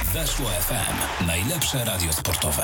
Weszło FM. Najlepsze radio sportowe.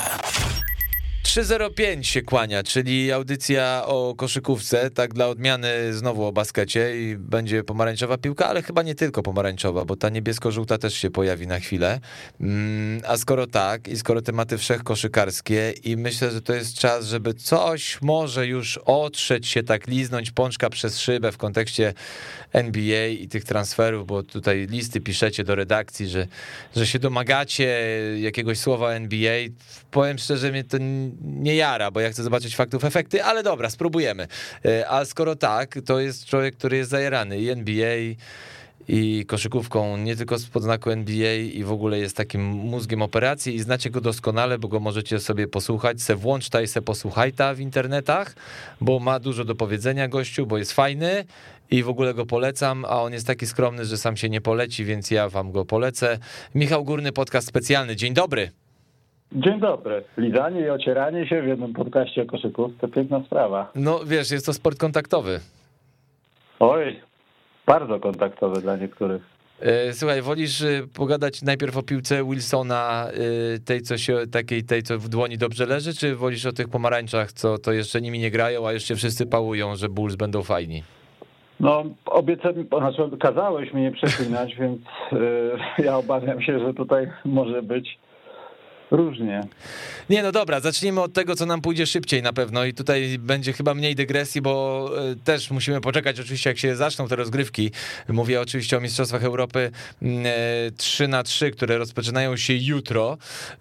3:05 się kłania, czyli audycja o koszykówce, tak dla odmiany znowu o baskecie i będzie pomarańczowa piłka, ale chyba nie tylko pomarańczowa, bo ta niebiesko-żółta też się pojawi na chwilę. A skoro tak i skoro tematy wszechkoszykarskie i myślę, że to jest czas, żeby coś może już otrzeć się, tak liznąć pączka przez szybę w kontekście NBA i tych transferów, bo tutaj listy piszecie do redakcji, że się domagacie jakiegoś słowa NBA. Powiem szczerze, mnie to nie jara, bo ja chcę zobaczyć faktów, efekty, ale dobra, spróbujemy. A skoro tak, to jest człowiek, który jest zajarany i NBA, i koszykówką, nie tylko spod znaku NBA i w ogóle jest takim mózgiem operacji i znacie go doskonale, bo go możecie sobie posłuchać, włączta i posłuchajta w internetach, bo ma dużo do powiedzenia gościu, bo jest fajny i w ogóle go polecam, a on jest taki skromny, że sam się nie poleci, więc ja wam go polecę. Michał Górny, podcast specjalny. Dzień dobry. Dzień dobry. Lizanie i ocieranie się w jednym podcaście o koszykówce, piękna sprawa. No wiesz, jest to sport kontaktowy. Oj, bardzo kontaktowy dla niektórych. Słuchaj, wolisz pogadać najpierw o piłce Wilsona, tej, co w dłoni dobrze leży, czy wolisz o tych pomarańczach, co to jeszcze nimi nie grają, a jeszcze wszyscy pałują, że Bulls będą fajni? No, kazałeś mnie nie przeklinać, więc ja obawiam się, że tutaj może być różnie. Nie, no dobra, zacznijmy od tego, co nam pójdzie szybciej na pewno i tutaj będzie chyba mniej dygresji, bo też musimy poczekać oczywiście, jak się zaczną te rozgrywki. Mówię oczywiście o Mistrzostwach Europy 3x3, które rozpoczynają się jutro.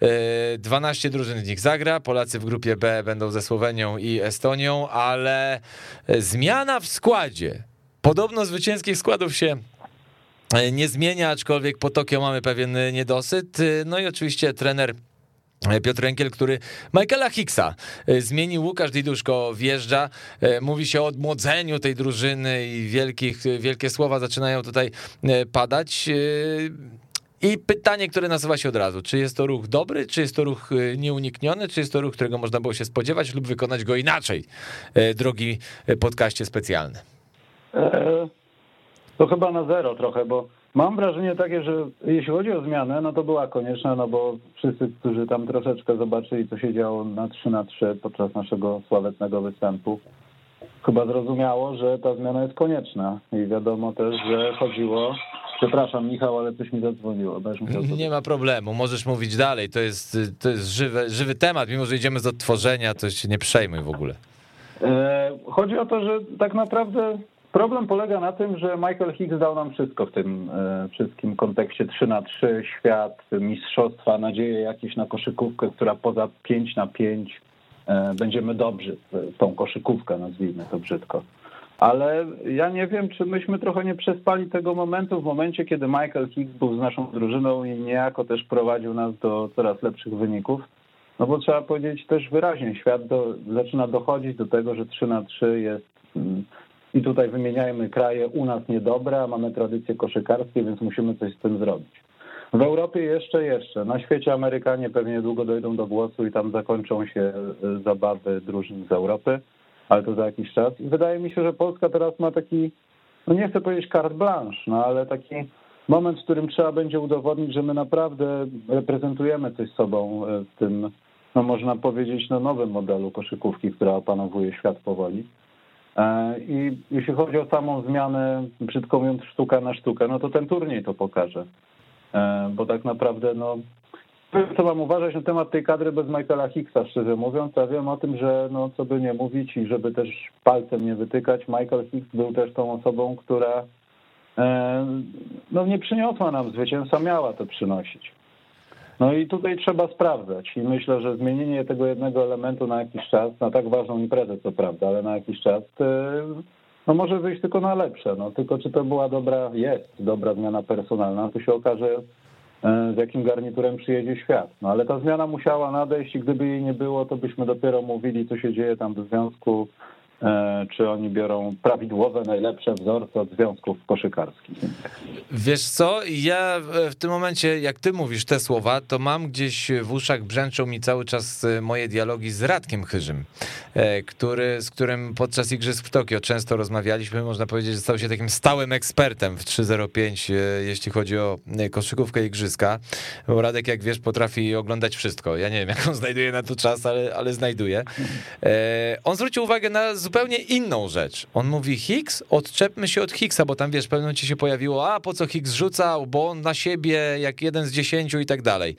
12 drużyn z nich zagra, Polacy w grupie B będą ze Słowenią i Estonią, ale zmiana w składzie. Podobno zwycięskich składów się nie zmienia, aczkolwiek po Tokio mamy pewien niedosyt. No i oczywiście trener Piotr Enkiel, który Michaela Hicksa zmienił. Łukasz Diduszko wjeżdża, mówi się o odmłodzeniu tej drużyny i wielkie słowa zaczynają tutaj padać. I pytanie, które nasuwa się od razu, czy jest to ruch dobry, czy jest to ruch nieunikniony, czy jest to ruch, którego można było się spodziewać lub wykonać go inaczej, drogi podcaście specjalny? To chyba na zero trochę, bo mam wrażenie takie, że jeśli chodzi o zmianę, no to była konieczna, no bo wszyscy, którzy tam troszeczkę zobaczyli, co się działo na 3x3 podczas naszego sławetnego występu, chyba zrozumiało, że ta zmiana jest konieczna i wiadomo też, że chodziło... Przepraszam, Michał, ale coś mi zadzwoniło. Nie ma problemu, możesz mówić dalej, to jest żywy temat, mimo że idziemy z odtworzenia, to się nie przejmuj w ogóle. Chodzi o to, że tak naprawdę problem polega na tym, że Michael Hicks dał nam wszystko w tym wszystkim kontekście 3x3, świat, mistrzostwa, nadzieje jakieś na koszykówkę, która poza 5x5 będziemy dobrzy w tą koszykówkę, nazwijmy to brzydko. Ale ja nie wiem, czy myśmy trochę nie przespali tego momentu w momencie, kiedy Michael Hicks był z naszą drużyną i niejako też prowadził nas do coraz lepszych wyników. No bo trzeba powiedzieć też wyraźnie, świat zaczyna dochodzić do tego, że 3x3 jest... I tutaj wymieniajmy kraje u nas niedobre, a mamy tradycje koszykarskie, więc musimy coś z tym zrobić. W Europie jeszcze. Na świecie Amerykanie pewnie długo dojdą do głosu i tam zakończą się zabawy drużyn z Europy, ale to za jakiś czas. I wydaje mi się, że Polska teraz ma taki, no nie chcę powiedzieć carte blanche, no ale taki moment, w którym trzeba będzie udowodnić, że my naprawdę reprezentujemy coś sobą w tym, no można powiedzieć, no nowym modelu koszykówki, która opanowuje świat powoli. I jeśli chodzi o samą zmianę, brzydko mówiąc, sztuka na sztukę, no to ten turniej to pokaże. Bo tak naprawdę, no, co mam uważać na temat tej kadry bez Michaela Hicksa, szczerze mówiąc, a wiem o tym, że no, co by nie mówić i żeby też palcem nie wytykać, Michael Hicks był też tą osobą, która no, nie przyniosła nam zwycięstwa, miała to przynosić. No i tutaj trzeba sprawdzać i myślę, że zmienienie tego jednego elementu na jakiś czas, na tak ważną imprezę co prawda, ale na jakiś czas, no może wyjść tylko na lepsze. No tylko czy to była dobra zmiana personalna, to się okaże, z jakim garniturem przyjedzie świat. No ale ta zmiana musiała nadejść i gdyby jej nie było, to byśmy dopiero mówili, co się dzieje tam w związku czy oni biorą prawidłowe, najlepsze wzorce od związków koszykarskich. Wiesz co, ja w tym momencie, jak ty mówisz te słowa, to mam gdzieś w uszach, brzęczą mi cały czas moje dialogi z Radkiem Chyżym, z którym podczas Igrzysk w Tokio często rozmawialiśmy. Można powiedzieć, że stał się takim stałym ekspertem w 305, jeśli chodzi o koszykówkę Igrzyska. Bo Radek, jak wiesz, potrafi oglądać wszystko. Ja nie wiem, jak on znajduje na to czas, ale znajduje. On zwrócił uwagę na zupełnie inną rzecz. On mówi: Hicks, odczepmy się od Hicksa, bo tam, wiesz, w pewnym momencie się pojawiło, po co Hicks rzucał, bo on na siebie jak 1 z 10 i tak dalej.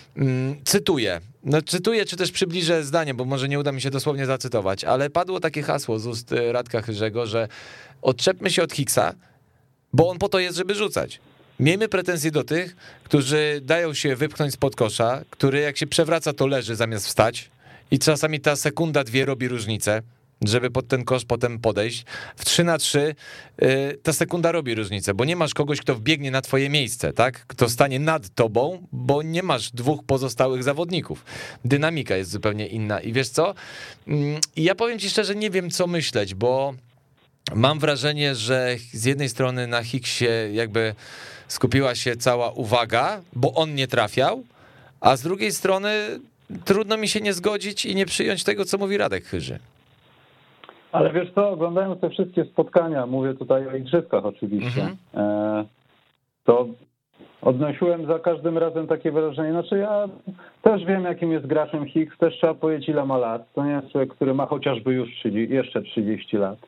Cytuję, czy też przybliżę zdanie, bo może nie uda mi się dosłownie zacytować, ale padło takie hasło z ust Radka Chyżego, że odczepmy się od Hicksa, bo on po to jest, żeby rzucać. Miejmy pretensje do tych, którzy dają się wypchnąć spod kosza, który jak się przewraca, to leży zamiast wstać i czasami ta sekunda, 2 robi różnicę, żeby pod ten kosz potem podejść. W 3-3 ta sekunda robi różnicę, bo nie masz kogoś, kto wbiegnie na twoje miejsce, tak? Kto stanie nad tobą, bo nie masz 2 pozostałych zawodników. Dynamika jest zupełnie inna. I wiesz co? Ja powiem ci szczerze, nie wiem, co myśleć, bo mam wrażenie, że z jednej strony na Hicksie jakby skupiła się cała uwaga, bo on nie trafiał, a z drugiej strony trudno mi się nie zgodzić i nie przyjąć tego, co mówi Radek Chyży. Ale wiesz co, oglądając te wszystkie spotkania, mówię tutaj o igrzyskach oczywiście, to odnosiłem za każdym razem takie wrażenie, znaczy ja też wiem, jakim jest graczem Hicks, też trzeba powiedzieć, ile ma lat. To nie jest człowiek, który ma chociażby już jeszcze 30 lat.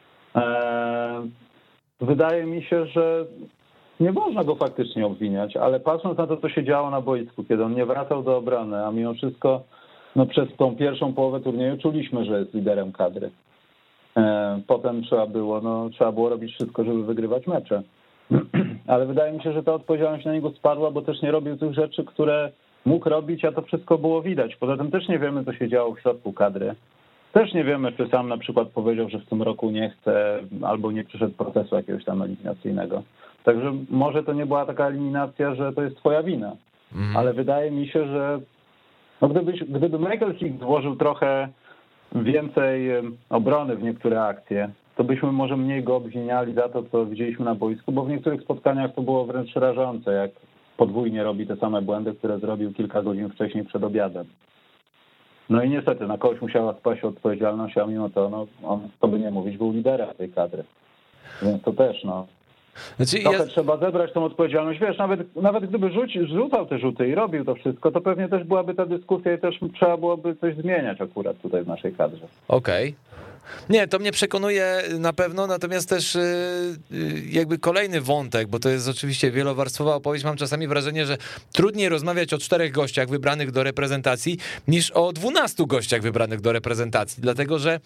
Wydaje mi się, że nie można go faktycznie obwiniać, ale patrząc na to, co się działo na boisku, kiedy on nie wracał do obrony, a mimo wszystko przez tą pierwszą połowę turnieju czuliśmy, że jest liderem kadry. Potem trzeba było robić wszystko, żeby wygrywać mecze. Ale wydaje mi się, że ta odpowiedzialność na niego spadła, bo też nie robił tych rzeczy, które mógł robić, a to wszystko było widać. Poza tym też nie wiemy, co się działo w środku kadry. Też nie wiemy, czy sam na przykład powiedział, że w tym roku nie chce, albo nie przyszedł procesu jakiegoś tam eliminacyjnego. Także może to nie była taka eliminacja, że to jest twoja wina. Ale wydaje mi się, że gdyby Michael Hicks włożył trochę więcej obrony w niektóre akcje, to byśmy może mniej go obwiniali za to, co widzieliśmy na boisku, bo w niektórych spotkaniach to było wręcz rażące, jak podwójnie robi te same błędy, które zrobił kilka godzin wcześniej przed obiadem. No i niestety na kogoś musiała spaść odpowiedzialność, a mimo to on, to by nie mówić, był liderem tej kadry. Więc to też trochę trzeba zebrać tą odpowiedzialność. Wiesz, nawet gdyby rzucał te rzuty i robił to wszystko, to pewnie też byłaby ta dyskusja i też trzeba byłoby coś zmieniać akurat tutaj w naszej kadrze. Okej. Nie, to mnie przekonuje na pewno, natomiast też jakby kolejny wątek, bo to jest oczywiście wielowarstwowa opowieść, mam czasami wrażenie, że trudniej rozmawiać o 4 gościach wybranych do reprezentacji niż o 12 gościach wybranych do reprezentacji, dlatego że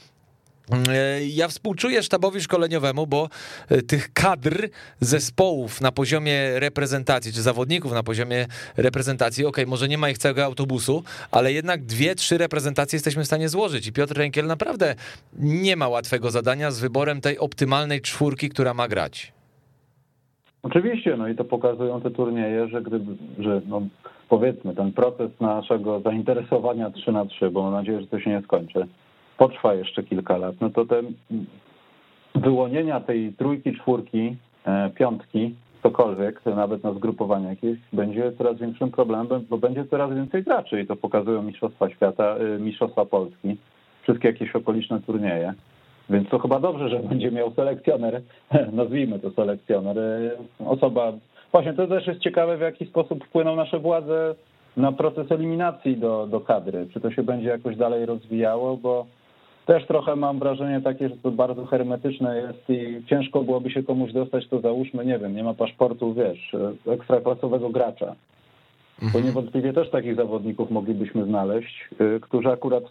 ja współczuję sztabowi szkoleniowemu, bo tych kadr zespołów na poziomie reprezentacji, czy zawodników na poziomie reprezentacji, może nie ma ich całego autobusu, ale jednak 2-3 reprezentacje jesteśmy w stanie złożyć i Piotr Rękiel naprawdę nie ma łatwego zadania z wyborem tej optymalnej 4, która ma grać. Oczywiście, i to pokazują te turnieje, że powiedzmy ten proces naszego zainteresowania 3-3, bo mam nadzieję, że to się nie skończy, potrwa jeszcze kilka lat, to te wyłonienia tej 3, 4, 5, cokolwiek, nawet na zgrupowanie jakieś, będzie coraz większym problemem, bo będzie coraz więcej graczy i to pokazują Mistrzostwa Świata, Mistrzostwa Polski, wszystkie jakieś okoliczne turnieje. Więc to chyba dobrze, że będzie miał selekcjoner, nazwijmy to selekcjoner, osoba. Właśnie to też jest ciekawe, w jaki sposób wpłyną nasze władze na proces eliminacji do kadry. Czy to się będzie jakoś dalej rozwijało, bo też trochę mam wrażenie takie, że to bardzo hermetyczne jest i ciężko byłoby się komuś dostać, to załóżmy, nie wiem, nie ma paszportu, ekstraklasowego gracza. Bo niewątpliwie też takich zawodników moglibyśmy znaleźć, którzy akurat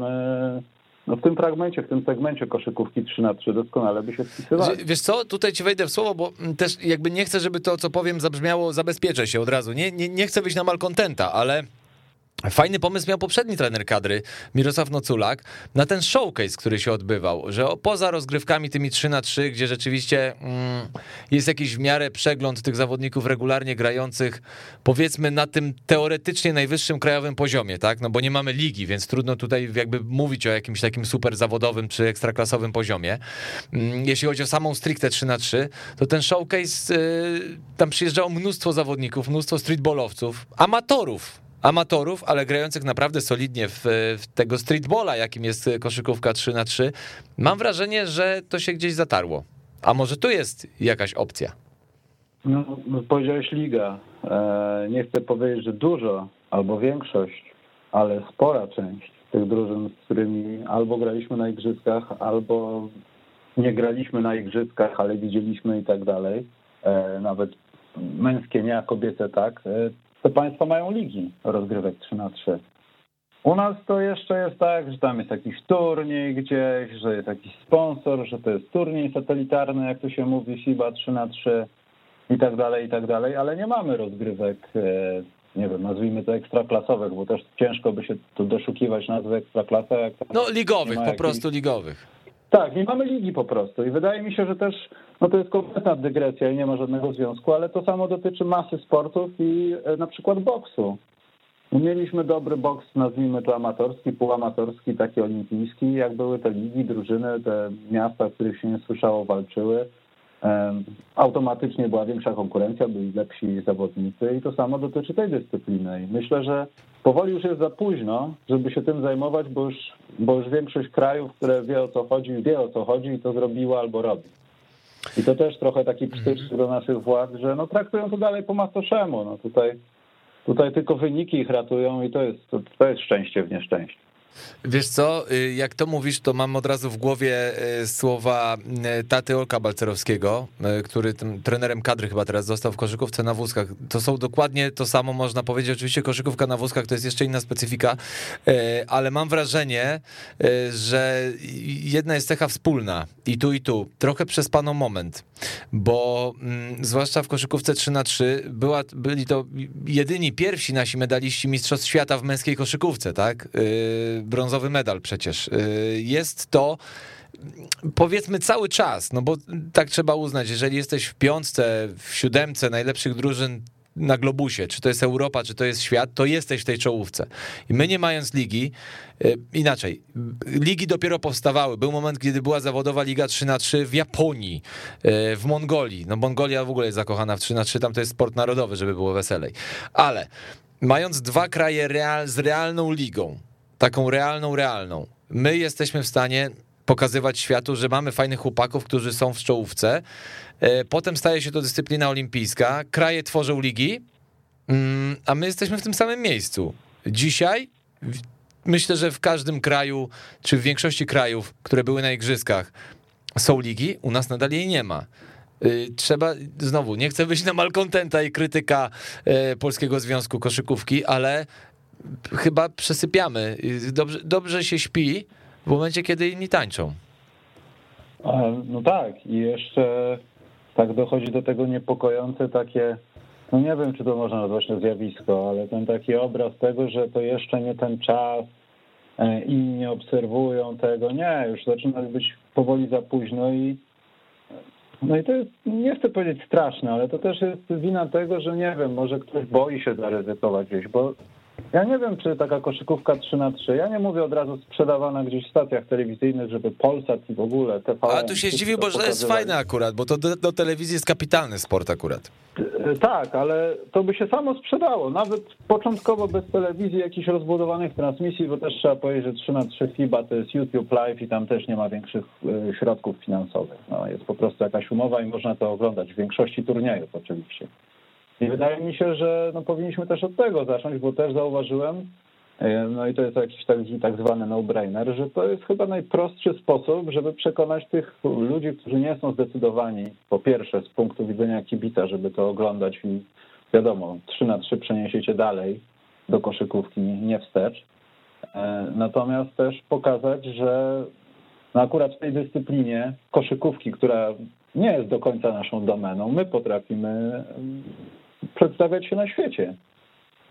w tym fragmencie, w tym segmencie koszykówki 3-3 doskonale by się wpisywali. Wiesz co, tutaj ci wejdę w słowo, bo też jakby nie chcę, żeby to, co powiem, zabrzmiało, zabezpieczę się od razu. Nie chcę wyjść na malkontenta, ale Fajny pomysł miał poprzedni trener kadry, Mirosław Noculak, na ten showcase, który się odbywał, że poza rozgrywkami tymi 3-3, gdzie rzeczywiście jest jakiś w miarę przegląd tych zawodników regularnie grających, powiedzmy na tym teoretycznie najwyższym krajowym poziomie, tak? No bo nie mamy ligi, więc trudno tutaj jakby mówić o jakimś takim super zawodowym czy ekstraklasowym poziomie. Jeśli chodzi o samą stricte 3-3, to ten showcase, tam przyjeżdżało mnóstwo zawodników, mnóstwo streetballowców, amatorów, ale grających naprawdę solidnie w tego streetballa, jakim jest koszykówka 3-3. Mam wrażenie, że to się gdzieś zatarło. A może tu jest jakaś opcja? No, powiedziałeś liga. Nie chcę powiedzieć, że dużo albo większość, ale spora część tych drużyn, z którymi albo graliśmy na igrzyskach, albo nie graliśmy na igrzyskach, ale widzieliśmy i tak dalej, nawet męskie nie, a kobiece tak, te państwa mają ligi rozgrywek 3-3. U nas to jeszcze jest tak, że tam jest jakiś turniej gdzieś, że jest jakiś sponsor, że to jest turniej satelitarny, jak to się mówi, FIBA 3-3 i tak dalej, ale nie mamy rozgrywek, nie wiem, nazwijmy to ekstraklasowych, bo też ciężko by się tu doszukiwać nazwy ekstraklasa. Jak no ligowych, po prostu ligowych. Tak, nie mamy ligi po prostu i wydaje mi się, że też no to jest kompletna dygresja i nie ma żadnego związku, ale to samo dotyczy masy sportów i na przykład boksu. Mieliśmy dobry boks, nazwijmy to amatorski, półamatorski, taki olimpijski, jak były te ligi, drużyny, te miasta, w których się nie słyszało, walczyły. Automatycznie była większa konkurencja, byli lepsi zawodnicy i to samo dotyczy tej dyscypliny. I myślę, że powoli już jest za późno, żeby się tym zajmować, bo już większość krajów, które wie o co chodzi i to zrobiła albo robi. I to też trochę taki psztyczek do naszych władz, że no traktują to dalej po macoszemu. No tutaj tylko wyniki ich ratują i to jest szczęście w nieszczęściu. Wiesz co, jak to mówisz, to mam od razu w głowie słowa taty Olka Balcerowskiego, który tym trenerem kadry chyba teraz został w koszykówce na wózkach. To są dokładnie to samo, można powiedzieć. Oczywiście koszykówka na wózkach to jest jeszcze inna specyfika, ale mam wrażenie, że jedna jest cecha wspólna i tu. Trochę przespano moment, bo zwłaszcza w koszykówce 3-3 byli to jedyni pierwsi nasi medaliści Mistrzostw Świata w męskiej koszykówce, tak? Brązowy medal przecież. Jest to, powiedzmy, cały czas, no bo tak trzeba uznać, jeżeli jesteś w piątce, w siódemce najlepszych drużyn na globusie, czy to jest Europa, czy to jest świat, to jesteś w tej czołówce. I my nie mając ligi, inaczej, ligi dopiero powstawały. Był moment, kiedy była zawodowa liga 3-3 w Japonii, w Mongolii. No Mongolia w ogóle jest zakochana w 3-3, tam to jest sport narodowy, żeby było weselej. Ale mając dwa kraje z realną ligą, taką realną, my jesteśmy w stanie pokazywać światu, że mamy fajnych chłopaków, którzy są w czołówce. Potem staje się to dyscyplina olimpijska, kraje tworzą ligi, a my jesteśmy w tym samym miejscu. Dzisiaj myślę, że w każdym kraju, czy w większości krajów, które były na igrzyskach, są ligi, u nas nadal jej nie ma. Trzeba, znowu, nie chcę być na malkontenta i krytyka Polskiego Związku Koszykówki, ale chyba przesypiamy. Dobrze się śpi w momencie, kiedy inni tańczą. No tak, i jeszcze tak dochodzi do tego niepokojące takie, no nie wiem, czy to można nazwać na zjawisko, ale ten taki obraz tego, że to jeszcze nie ten czas, inni nie obserwują tego, nie, już zaczyna być powoli za późno i no i to jest, nie chcę powiedzieć straszne, ale to też jest wina tego, że nie wiem, może ktoś boi się zaryzykować gdzieś, bo ja nie wiem, czy taka koszykówka 3-3, ja nie mówię od razu sprzedawana gdzieś w stacjach telewizyjnych, żeby Polsat i w ogóle TVN... Ale tu się zdziwił, bo to jest fajne akurat, bo to do telewizji jest kapitalny sport akurat. Tak, ale to by się samo sprzedało, nawet początkowo bez telewizji, jakichś rozbudowanych transmisji, bo też trzeba powiedzieć, że 3-3 FIBA to jest YouTube Live i tam też nie ma większych środków finansowych. No, jest po prostu jakaś umowa i można to oglądać w większości turniejów oczywiście. I wydaje mi się, że no, powinniśmy też od tego zacząć, bo też zauważyłem, no i to jest jakiś tak zwany no-brainer, że to jest chyba najprostszy sposób, żeby przekonać tych ludzi, którzy nie są zdecydowani, po pierwsze z punktu widzenia kibica, żeby to oglądać i wiadomo, 3-3 przeniesiecie dalej do koszykówki, nie wstecz. Natomiast też pokazać, że no akurat w tej dyscyplinie koszykówki, która nie jest do końca naszą domeną, my potrafimy przedstawiać się na świecie.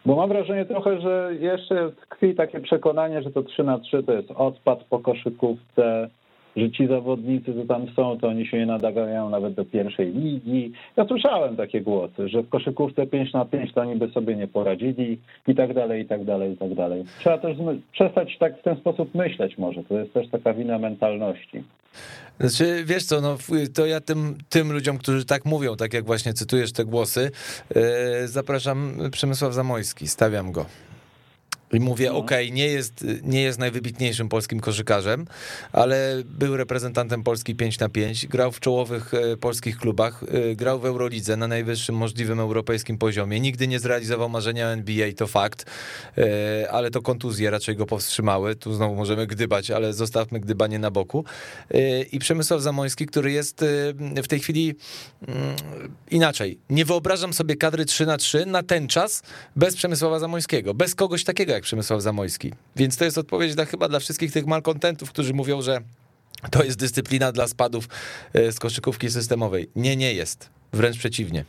Bo mam wrażenie trochę, że jeszcze tkwi takie przekonanie, że to 3-3 to jest odpad po koszykówce, że ci zawodnicy, co tam są, to oni się nie nadagają nawet do pierwszej ligi. Ja słyszałem takie głosy, że w koszykówce 5-5 to oni by sobie nie poradzili i tak dalej, i tak dalej, i tak dalej. Trzeba też przestać tak w ten sposób myśleć może. To jest też taka wina mentalności. Znaczy, wiesz co, no, to ja tym ludziom, którzy tak mówią, tak jak właśnie cytujesz te głosy, zapraszam Przemysław Zamojski, stawiam go. I mówię, okej, nie jest najwybitniejszym polskim koszykarzem, ale był reprezentantem Polski 5-5, grał w czołowych polskich klubach, grał w Eurolidze na najwyższym możliwym europejskim poziomie, nigdy nie zrealizował marzenia o NBA, to fakt, ale to kontuzje raczej go powstrzymały, tu znowu możemy gdybać, ale zostawmy gdybanie na boku. I Przemysław Zamoyski, który jest w tej chwili inaczej, nie wyobrażam sobie kadry 3-3 na ten czas bez Przemysława Zamoyskiego, bez kogoś takiego jak Przemysław Zamoyski. Więc to jest odpowiedź chyba dla wszystkich tych malkontentów, którzy mówią, że to jest dyscyplina dla spadów z koszykówki systemowej. Nie jest. Wręcz przeciwnie.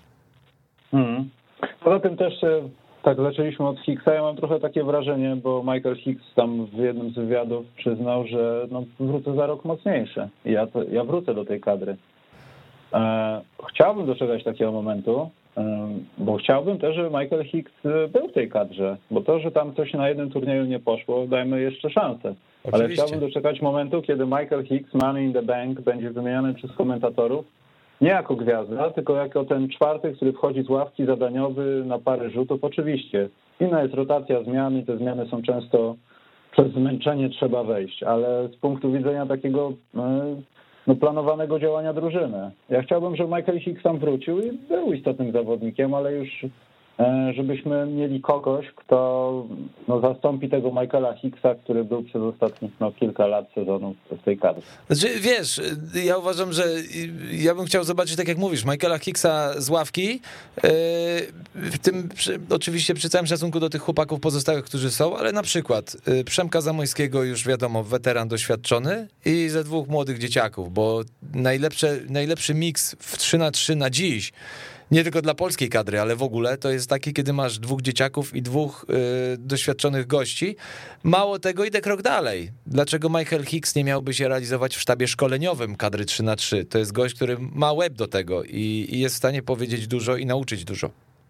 Poza tym też tak zaczęliśmy od Higgsa. Ja mam trochę takie wrażenie, bo Michael Higgs tam w jednym z wywiadów przyznał, że no, wrócę za rok mocniejszy. Ja wrócę do tej kadry. Chciałbym doczekać takiego momentu, bo chciałbym też, żeby Michael Higgs był w tej kadrze, bo to, że tam coś na jednym turnieju nie poszło, dajmy jeszcze szansę. Oczywiście. Ale chciałbym doczekać momentu, kiedy Michael Higgs, Money in the Bank, będzie wymieniany przez komentatorów nie jako gwiazda, tylko jako ten czwarty, który wchodzi z ławki, zadaniowy na parę rzutów. Oczywiście inna jest rotacja zmian i te zmiany są często przez zmęczenie trzeba wejść, ale z punktu widzenia takiego planowanego działania drużyny. Ja chciałbym, żeby Michael Higgs tam wrócił i był istotnym zawodnikiem, ale już żebyśmy mieli kogoś, kto zastąpi tego Michaela Higgsa, który był przez ostatnich kilka lat sezonów w tej kadrze. Znaczy, wiesz, ja uważam, że ja bym chciał zobaczyć, tak jak mówisz, Michaela Higgsa z ławki, w tym oczywiście przy całym szacunku do tych chłopaków pozostałych, którzy są, ale na przykład Przemka Zamojskiego już wiadomo, weteran doświadczony i ze dwóch młodych dzieciaków, bo najlepszy miks w 3-3 na dziś, nie tylko dla polskiej kadry, ale w ogóle to jest taki, kiedy masz dwóch dzieciaków i dwóch doświadczonych gości. Mało tego, idę krok dalej. Dlaczego Michael Higgs nie miałby się realizować w sztabie szkoleniowym kadry 3-3? To jest gość, który ma łeb do tego i jest w stanie powiedzieć dużo i nauczyć dużo.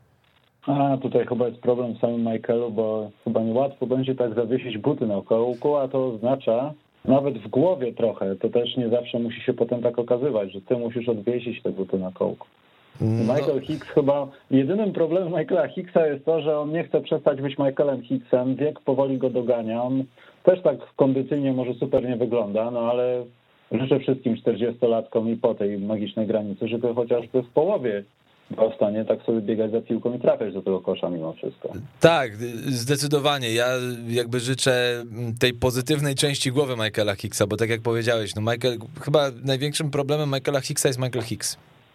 Tutaj chyba jest problem w samym Michaelu, bo chyba niełatwo będzie tak zawiesić buty na kołku, a to oznacza, nawet w głowie trochę, to też nie zawsze musi się potem tak okazywać, że ty musisz odwiesić te buty na kołku. Michael Higgs chyba, jedynym problemem Michaela Higgsa jest to, że on nie chce przestać być Michaelem Higgsem, wiek powoli go dogania, on też tak kondycyjnie może super nie wygląda, ale życzę wszystkim 40-latkom i po tej magicznej granicy, żeby chociażby w połowie był w stanie tak sobie biegać za piłką i trafiać do tego kosza mimo wszystko. Tak, zdecydowanie. Ja jakby życzę tej pozytywnej części głowy Michaela Higgsa, bo tak jak powiedziałeś, chyba największym problemem Michaela Higgsa jest Michael Higgs.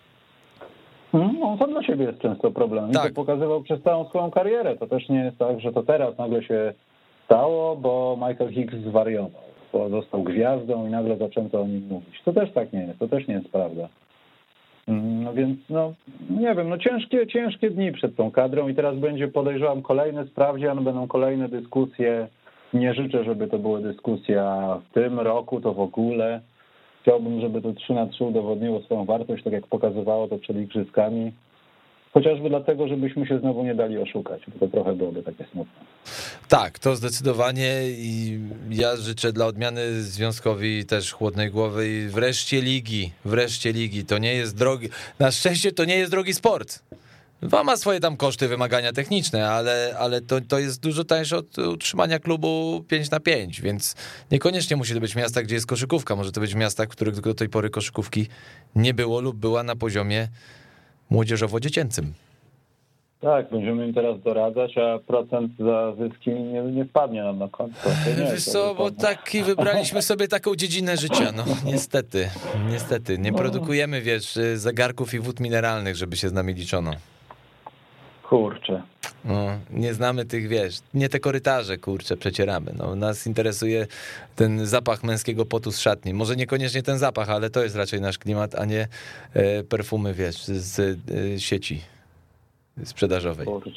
On sam dla siebie jest często problemem. Tak. I to pokazywał przez całą swoją karierę. To też nie jest tak, że to teraz nagle się stało, bo Michael Higgs zwariował, bo został gwiazdą i nagle zaczęto o nim mówić. To też tak nie jest. To też nie jest prawda. Więc nie wiem, ciężkie dni przed tą kadrą i teraz będzie, podejrzewam, kolejny sprawdzian, będą kolejne dyskusje. Nie życzę, żeby to były dyskusja w tym roku, to w ogóle. Chciałbym, żeby to 3-3 udowodniło swoją wartość, tak jak pokazywało to przed igrzyskami. Chociażby dlatego, żebyśmy się znowu nie dali oszukać, bo to trochę byłoby takie smutne. Tak, to zdecydowanie i ja życzę dla odmiany związkowi też chłodnej głowy i wreszcie ligi. To nie jest drogi, na szczęście to nie jest drogi sport. Ma swoje tam koszty, wymagania techniczne, ale to jest dużo tańsze od utrzymania klubu 5-5, więc niekoniecznie musi to być miasta, gdzie jest koszykówka. Może to być miasta, w których do tej pory koszykówki nie było lub była na poziomie młodzieżowo-dziecięcym. Tak, będziemy im teraz doradzać, a procent za zyski nie wpadnie nam na konto. Wiesz co, bo wybraliśmy sobie taką dziedzinę życia, niestety. Nie produkujemy, zegarków i wód mineralnych, żeby się z nami liczono. Kurczę. Nie znamy tych, nie te korytarze, przecieramy. Nas interesuje ten zapach męskiego potu z szatni. Może niekoniecznie ten zapach, ale to jest raczej nasz klimat, a nie perfumy, z sieci sprzedażowej. Kurczę.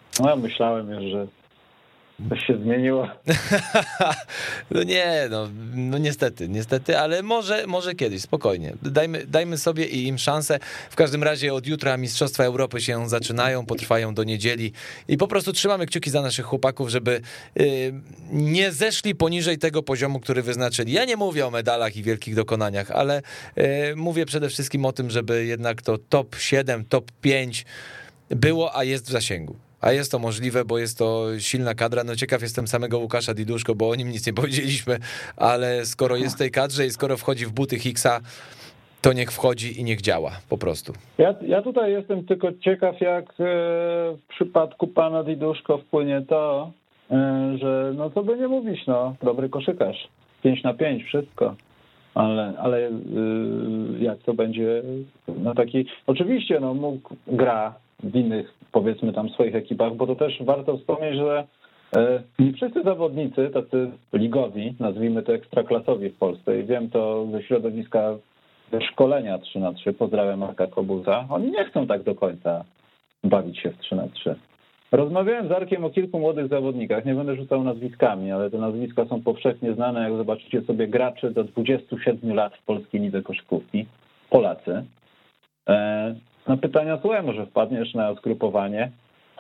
No ja myślałem już, że coś się zmieniło. No nie, no niestety, ale może kiedyś, spokojnie. Dajmy sobie i im szansę. W każdym razie od jutra Mistrzostwa Europy się zaczynają, potrwają do niedzieli i po prostu trzymamy kciuki za naszych chłopaków, żeby nie zeszli poniżej tego poziomu, który wyznaczyli. Ja nie mówię o medalach i wielkich dokonaniach, ale mówię przede wszystkim o tym, żeby jednak to top 7, top 5 było, a jest w zasięgu. A jest to możliwe, bo jest to silna kadra. No ciekaw jestem samego Łukasza Diduszko, bo o nim nic nie powiedzieliśmy, ale skoro jest w tej kadrze i skoro wchodzi w buty Higgsa, to niech wchodzi i niech działa, po prostu. Ja tutaj jestem tylko ciekaw, jak w przypadku pana Diduszko wpłynie to, że no co by nie mówić, no dobry koszykarz, 5/5, wszystko. Ale jak to będzie na taki... Oczywiście no mógł gra w innych, powiedzmy tam swoich ekipach, bo to też warto wspomnieć, że nie wszyscy zawodnicy, tacy ligowi, nazwijmy to ekstraklasowi w Polsce, i wiem to ze środowiska szkolenia 3x3, pozdrawiam Marka Kobuza, oni nie chcą tak do końca bawić się w 3x3. Rozmawiałem z Arkiem o kilku młodych zawodnikach, nie będę rzucał nazwiskami, ale te nazwiska są powszechnie znane, jak zobaczycie sobie graczy do 27 lat w polskiej lidze koszykówki, Polacy. Na pytania, słuchaj, może wpadniesz na zgrupowanie?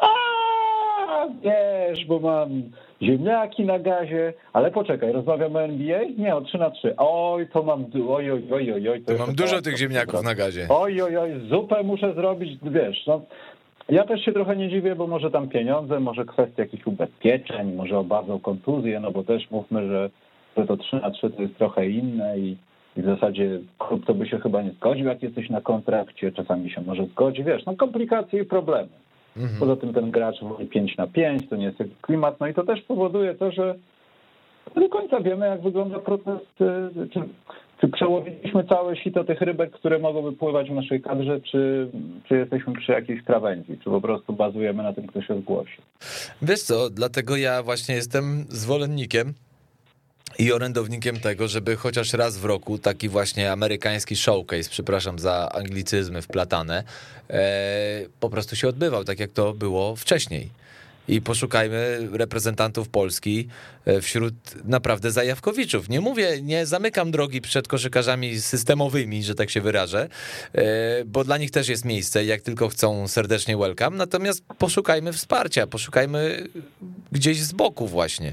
Wiesz, bo mam ziemniaki na gazie, ale poczekaj, rozmawiamy o NBA? Nie, o 3x3. Oj, to mam, oj. To mam dużo tych ziemniaków na gazie. Oj, zupę muszę zrobić, wiesz, no. Ja też się trochę nie dziwię, bo może tam pieniądze, może kwestia jakichś ubezpieczeń, może obawy o kontuzję, no bo też mówmy, że to 3x3 to jest trochę inne i w zasadzie klub to by się chyba nie zgodził, jak jesteś na kontrakcie, czasami się może zgodzi, wiesz, no komplikacje i problemy. Poza tym ten gracz woli 5/5, to nie jest taki klimat, no i to też powoduje to, że nie do końca wiemy, jak wygląda proces, czy przełowiliśmy całe sito tych rybek, które mogłyby pływać w naszej kadrze, czy jesteśmy przy jakiejś krawędzi, czy po prostu bazujemy na tym, kto się zgłosi. Wiesz co, dlatego ja właśnie jestem zwolennikiem i orędownikiem tego, żeby chociaż raz w roku taki właśnie amerykański showcase, przepraszam za anglicyzmy wplatane, po prostu się odbywał, tak jak to było wcześniej. I poszukajmy reprezentantów Polski wśród naprawdę zajawkowiczów. Nie mówię, nie zamykam drogi przed koszykarzami systemowymi, że tak się wyrażę, bo dla nich też jest miejsce, jak tylko chcą, serdecznie welcome, natomiast poszukajmy wsparcia, poszukajmy gdzieś z boku właśnie.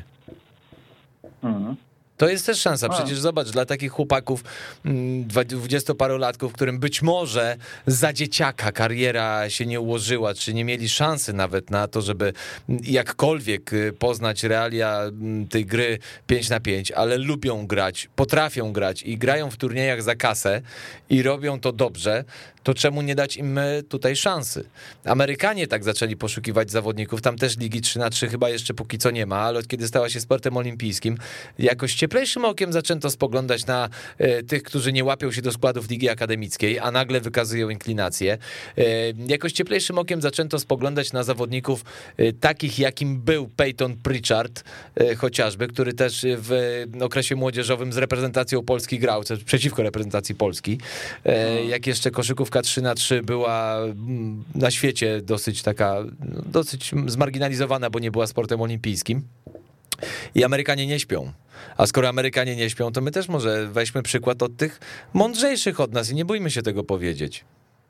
To jest też szansa, przecież zobacz, dla takich chłopaków 20-parolatków, którym być może za dzieciaka kariera się nie ułożyła, czy nie mieli szansy nawet na to, żeby jakkolwiek poznać realia tej gry 5/5, ale lubią grać, potrafią grać i grają w turniejach za kasę i robią to dobrze, to czemu nie dać im tutaj szansy? Amerykanie tak zaczęli poszukiwać zawodników, tam też ligi 3x3 chyba jeszcze póki co nie ma, ale od kiedy stała się sportem olimpijskim, jakoś cieplejszym okiem zaczęto spoglądać na tych, którzy nie łapią się do składów ligi akademickiej, a nagle wykazują inklinację. Jakoś cieplejszym okiem zaczęto spoglądać na zawodników takich, jakim był Peyton Pritchard chociażby, który też w okresie młodzieżowym z reprezentacją Polski grał, przeciwko reprezentacji Polski. Jak jeszcze koszykówka 3x3 była na świecie dosyć zmarginalizowana, bo nie była sportem olimpijskim. I Amerykanie nie śpią. A skoro Amerykanie nie śpią, to my też może weźmy przykład od tych mądrzejszych od nas i nie bójmy się tego powiedzieć.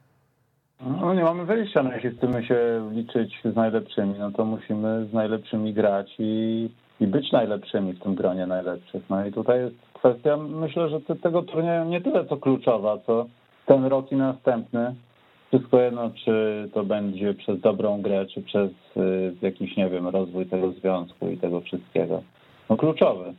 No nie mamy wyjścia, no jeśli chcemy się liczyć z najlepszymi, no to musimy z najlepszymi grać i być najlepszymi w tym gronie najlepszych. No i tutaj jest kwestia, myślę, że tego turnieju nie tyle co kluczowa, co ten rok i następny. Wszystko jedno, czy to będzie przez dobrą grę, czy przez jakiś, nie wiem, rozwój tego związku i tego wszystkiego. No kluczowy.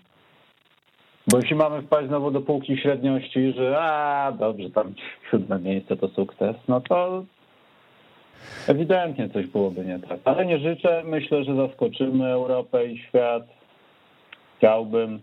Bo jeśli mamy wpaść znowu do półki średniości, że dobrze, tam 7. miejsce to sukces, no to ewidentnie coś byłoby nie tak. Ale nie życzę, myślę, że zaskoczymy Europę i świat. Chciałbym.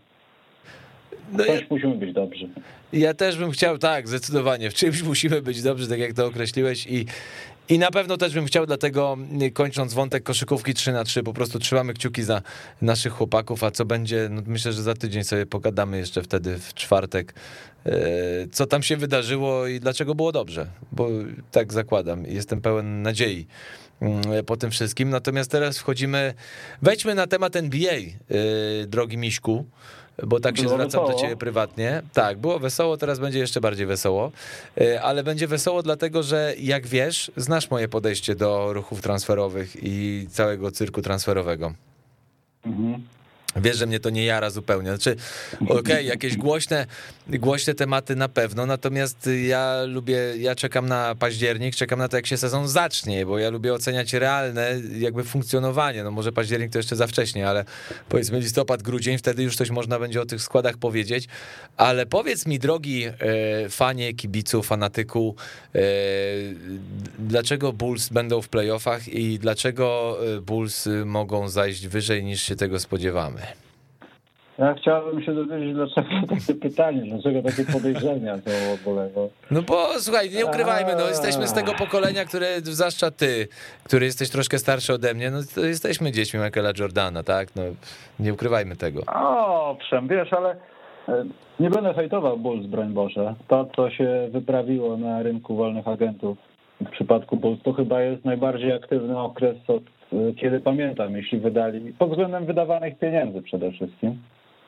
Musimy być dobrzy. Ja też bym chciał, tak, zdecydowanie. W czymś musimy być dobrzy, tak jak to określiłeś i na pewno też bym chciał, dlatego kończąc wątek koszykówki 3x3, po prostu trzymamy kciuki za naszych chłopaków, a co będzie, no myślę, że za tydzień sobie pogadamy jeszcze wtedy w czwartek, co tam się wydarzyło i dlaczego było dobrze, bo tak zakładam, jestem pełen nadziei po tym wszystkim. Natomiast teraz wejdźmy na temat NBA, drogi Miśku, bo tak się zwracam do ciebie prywatnie. Tak, było wesoło, teraz będzie jeszcze bardziej wesoło, ale będzie wesoło dlatego, że jak wiesz, znasz moje podejście do ruchów transferowych i całego cyrku transferowego. Wiesz, że mnie to nie jara zupełnie. Znaczy, okej, jakieś głośne tematy na pewno, natomiast ja czekam na październik, czekam na to, jak się sezon zacznie, bo ja lubię oceniać realne jakby funkcjonowanie. No może październik to jeszcze za wcześnie, ale powiedzmy listopad, grudzień, wtedy już coś można będzie o tych składach powiedzieć. Ale powiedz mi, drogi fanie, kibicu, fanatyku, dlaczego Bulls będą w playoffach i dlaczego Bulls mogą zajść wyżej, niż się tego spodziewamy? Ja chciałbym się dowiedzieć, dlaczego takie pytanie, dlaczego takie podejrzenia to w ogóle. No bo słuchaj, nie ukrywajmy, no jesteśmy z tego pokolenia, które, zwłaszcza ty, który jesteś troszkę starszy ode mnie, no to jesteśmy dziećmi Michaela Jordana, tak? No nie ukrywajmy tego. Owszem, wiesz, ale nie będę hejtował Bulls, broń Boże. To, co się wyprawiło na rynku wolnych agentów w przypadku Bulls, to chyba jest najbardziej aktywny okres od kiedy pamiętam, jeśli wydali, pod względem wydawanych pieniędzy przede wszystkim.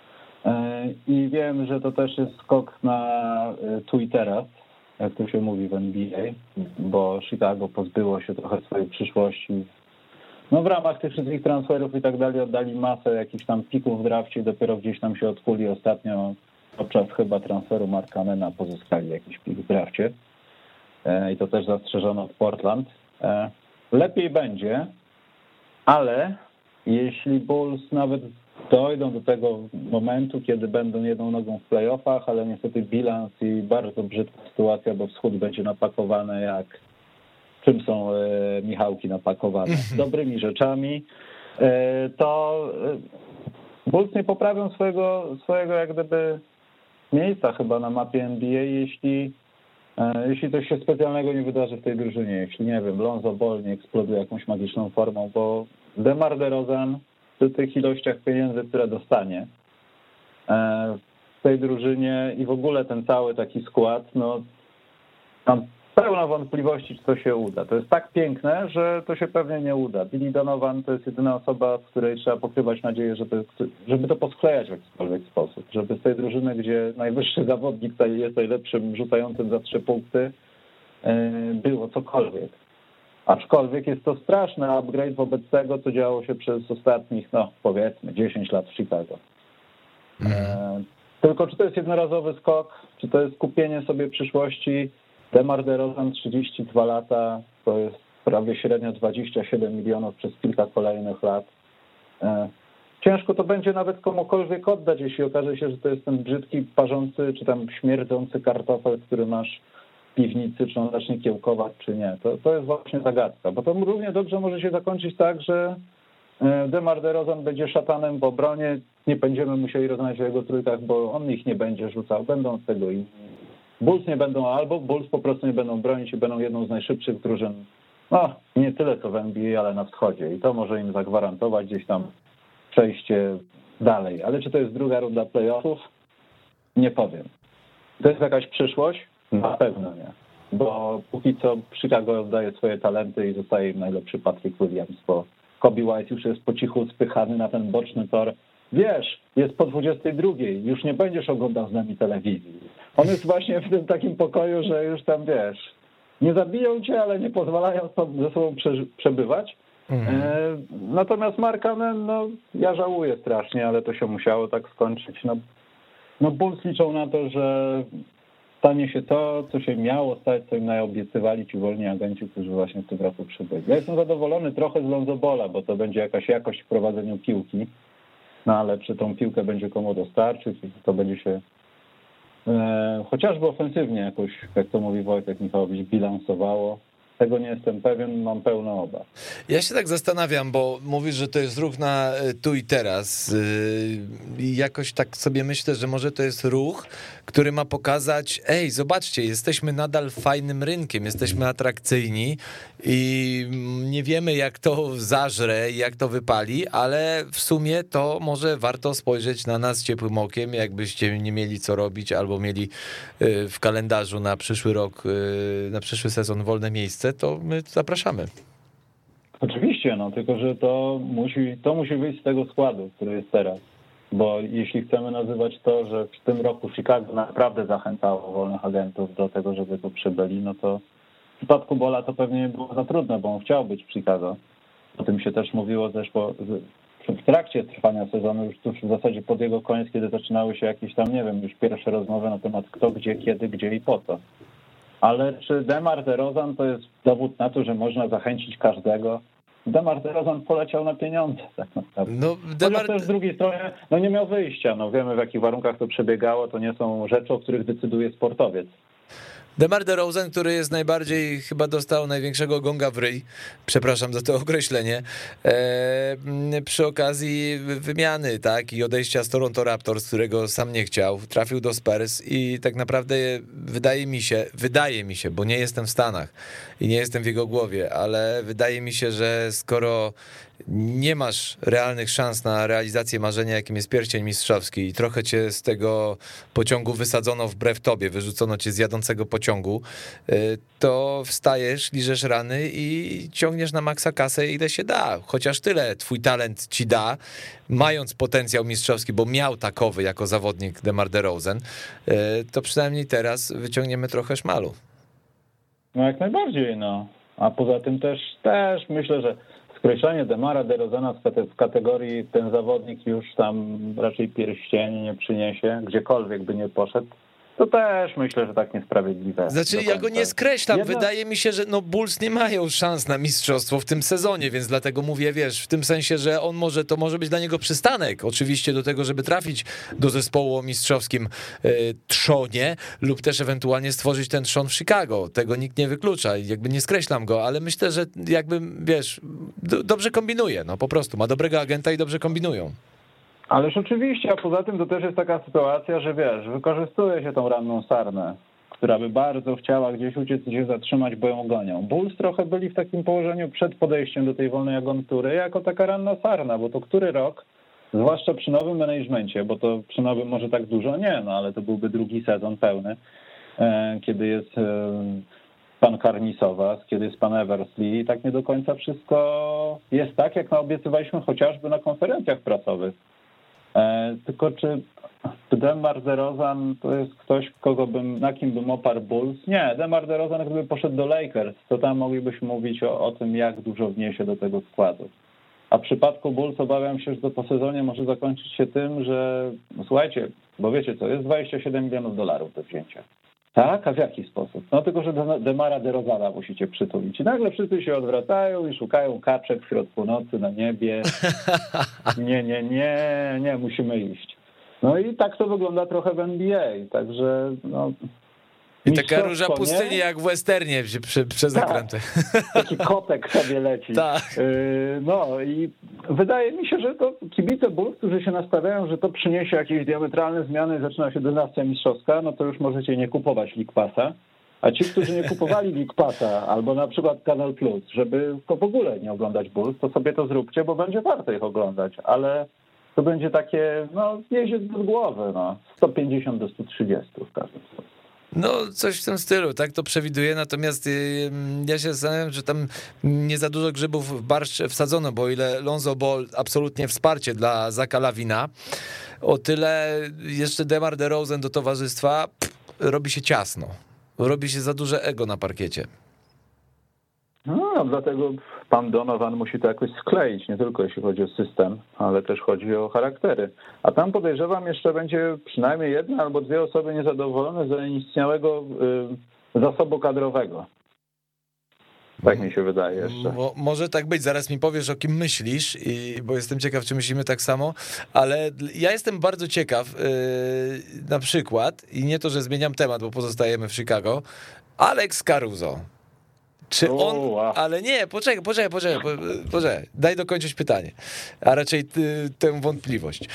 I wiem, że to też jest skok na tu i teraz, jak to się mówi w NBA, bo Chicago pozbyło się trochę swojej przyszłości. No w ramach tych wszystkich transferów i tak dalej oddali masę jakichś tam pików w drafcie i dopiero gdzieś tam się odkuli ostatnio podczas chyba transferu Markkanena pozyskali jakiś pik w drafcie. I to też zastrzeżono od Portland. Lepiej będzie, ale jeśli Bulls nawet dojdą do tego momentu, kiedy będą jedną nogą w playoffach, ale niestety bilans i bardzo brzydka sytuacja, bo wschód będzie napakowany jak czym są Michałki napakowane? Dobrymi rzeczami, to Bulls nie poprawią swojego jak gdyby miejsca chyba na mapie NBA, jeśli coś się specjalnego nie wydarzy w tej drużynie, jeśli, nie wiem, Lonzo Ball nie eksploduje jakąś magiczną formą, bo DeMar DeRozan przy tych ilościach pieniędzy, które dostanie w tej drużynie i w ogóle ten cały taki skład, no mam pełno wątpliwości, czy to się uda. To jest tak piękne, że to się pewnie nie uda. Billy Donovan to jest jedyna osoba, w której trzeba pokrywać nadzieję, żeby to posklejać w jakikolwiek sposób. Żeby z tej drużyny, gdzie najwyższy zawodnik jest najlepszym rzucającym za 3 punkty, było cokolwiek. Aczkolwiek jest to straszny upgrade wobec tego, co działo się przez ostatnich, no powiedzmy, 10 lat w Chicago. Tylko czy to jest jednorazowy skok, czy to jest kupienie sobie przyszłości? DeMar DeRozan 32 lata, to jest prawie średnio 27 milionów przez kilka kolejnych lat. Ciężko to będzie nawet komukolwiek oddać, jeśli okaże się, że to jest ten brzydki, parzący, czy tam śmierdzący kartofel, który masz w piwnicy, czy on zacznie kiełkować, czy nie. To jest właśnie zagadka, bo to równie dobrze może się zakończyć tak, że DeMar DeRozan będzie szatanem w obronie, nie będziemy musieli rozmawiać o jego trójkach, bo on ich nie będzie rzucał, będą z tego inni. Bulls nie będą, albo Bulls po prostu nie będą bronić i będą jedną z najszybszych drużyn, no nie tyle co w NBA, ale na wschodzie. I to może im zagwarantować gdzieś tam przejście dalej. Ale czy to jest druga runda playoffów? Nie powiem. To jest jakaś przyszłość? Na pewno nie. Bo póki co Chicago oddaje swoje talenty i zostaje im najlepszy Patrick Williams, bo Kobe White już jest po cichu spychany na ten boczny tor. Wiesz, jest po 22, już nie będziesz oglądał z nami telewizji. On jest właśnie w tym takim pokoju, że już tam, wiesz, nie zabiją cię, ale nie pozwalają ze sobą przebywać. Natomiast Markkanen, no ja żałuję strasznie, ale to się musiało tak skończyć. No Bulls liczą na to, że stanie się to, co się miało stać, co im naobiecywali ci wolni agenci, którzy właśnie w tym roku przybyli. Ja jestem zadowolony trochę z Lonzo Balla, bo to będzie jakaś jakość w prowadzeniu piłki. No ale czy tą piłkę będzie komu dostarczyć, to będzie się chociażby ofensywnie jakoś, jak to mówi Wojtek Michałowicz, bilansowało. Tego nie jestem pewien, mam pełno obaw. Ja się tak zastanawiam, bo mówisz, że to jest ruch na tu i teraz. I jakoś tak sobie myślę, że może to jest ruch, który ma pokazać, zobaczcie, jesteśmy nadal fajnym rynkiem, jesteśmy atrakcyjni i nie wiemy, jak to zażre i jak to wypali, ale w sumie to może warto spojrzeć na nas ciepłym okiem, jakbyście nie mieli co robić albo mieli w kalendarzu na przyszły rok, na przyszły sezon wolne miejsce, to my zapraszamy. Oczywiście, no tylko że to musi wyjść z tego składu, który jest teraz. Bo jeśli chcemy nazywać to, że w tym roku Chicago naprawdę zachęcało wolnych agentów do tego, żeby tu przybyli, no to w przypadku Bola to pewnie nie było za trudne, bo on chciał być w Chicago. O tym się też mówiło w trakcie trwania sezonu, już tuż w zasadzie pod jego koniec, kiedy zaczynały się jakieś tam, nie wiem, już pierwsze rozmowy na temat kto, gdzie, kiedy, gdzie i po co. Ale czy DeMar DeRozan to jest dowód na to, że można zachęcić każdego? DeMar DeRozan poleciał na pieniądze tak naprawdę. No, Chociaż też z drugiej strony nie miał wyjścia. No, wiemy, w jakich warunkach to przebiegało. To nie są rzeczy, o których decyduje sportowiec. DeMar DeRozan, który jest najbardziej, chyba dostał największego gonga w ryj, przepraszam za to określenie, przy okazji wymiany, tak, i odejścia z Toronto Raptors, którego sam nie chciał, trafił do Spurs i tak naprawdę wydaje mi się, bo nie jestem w Stanach i nie jestem w jego głowie, ale wydaje mi się, że skoro nie masz realnych szans na realizację marzenia, jakim jest pierścień mistrzowski i trochę cię z tego pociągu wysadzono wbrew tobie, wyrzucono cię z jadącego pociągu, to wstajesz, liżesz rany i ciągniesz na maksa kasę, ile się da. Chociaż tyle twój talent ci da, mając potencjał mistrzowski, bo miał takowy jako zawodnik DeMar DeRozan, to przynajmniej teraz wyciągniemy trochę szmalu. No jak najbardziej, no. A poza tym też myślę, że skreślenie DeMara DeRozana w kategorii ten zawodnik już tam raczej pierścieni nie przyniesie, gdziekolwiek by nie poszedł, to też myślę, że tak niesprawiedliwe. Znaczy ja go nie skreślam, wydaje mi się, że Bulls nie mają szans na mistrzostwo w tym sezonie, więc dlatego mówię, wiesz, w tym sensie, że to może być dla niego przystanek, oczywiście do tego, żeby trafić do zespołu o mistrzowskim trzonie lub też ewentualnie stworzyć ten trzon w Chicago, tego nikt nie wyklucza, jakby nie skreślam go, ale myślę, że jakby, wiesz, dobrze kombinuje, po prostu, ma dobrego agenta i dobrze kombinują. Ależ oczywiście, a poza tym to też jest taka sytuacja, że wiesz, wykorzystuje się tą ranną sarnę, która by bardzo chciała gdzieś uciec i się zatrzymać, bo ją gonią. Bulls trochę byli w takim położeniu przed podejściem do tej wolnej agentury jako taka ranna sarna, bo to który rok, zwłaszcza przy nowym managemencie, bo to przy nowym może tak dużo nie, ale to byłby drugi sezon pełny, kiedy jest pan Karnisowas, kiedy jest pan Eversley i tak nie do końca wszystko jest tak, jak naobiecywaliśmy chociażby na konferencjach prasowych. Tylko czy DeMar DeRozan to jest ktoś, na kim bym oparł Bulls? Nie, DeMar DeRozan gdyby poszedł do Lakers, to tam moglibyśmy mówić o tym, jak dużo wniesie do tego składu. A w przypadku Bulls obawiam się, że to po sezonie może zakończyć się tym, że słuchajcie, bo wiecie co, jest $27 milionów do wzięcia. Tak? A w jaki sposób? No tylko, że DeMara DeRozana musicie przytulić. I nagle wszyscy się odwracają i szukają kaczek w środku nocy na niebie. Nie, musimy iść. No i tak to wygląda trochę w NBA, także I taka róża pustyni jak w westernie przez zakręty. Taki kotek sobie leci. Tak. No i wydaje mi się, że to kibice Bulls, którzy się nastawiają, że to przyniesie jakieś diametralne zmiany, zaczyna się dynastia mistrzowska, no to już możecie nie kupować League Passa. A ci, którzy nie kupowali League Passa albo na przykład Canal Plus, żeby to w ogóle nie oglądać Bulls, to sobie to zróbcie, bo będzie warto ich oglądać, ale to będzie takie, jeździec do głowy, 150 do 130 w każdym sposób. Coś w tym stylu, tak to przewiduję, natomiast ja się zastanawiam, że tam nie za dużo grzybów w barszcz wsadzono, bo o ile Lonzo Ball absolutnie wsparcie dla Zaka Lawina, o tyle jeszcze DeMar DeRozan do towarzystwa robi się ciasno, robi się za duże ego na parkiecie. No, dlatego pan Donovan musi to jakoś skleić, nie tylko jeśli chodzi o system, ale też chodzi o charaktery. A tam podejrzewam jeszcze będzie przynajmniej jedna albo dwie osoby niezadowolone z zaistniałego zasobu kadrowego. Tak mi się wydaje jeszcze. Może tak być, zaraz mi powiesz, o kim myślisz, bo jestem ciekaw, czy myślimy tak samo, ale ja jestem bardzo ciekaw, na przykład, i nie to, że zmieniam temat, bo pozostajemy w Chicago, Alex Caruso. Czy on, ale nie, poczekaj, daj dokończyć pytanie, a raczej tę wątpliwość.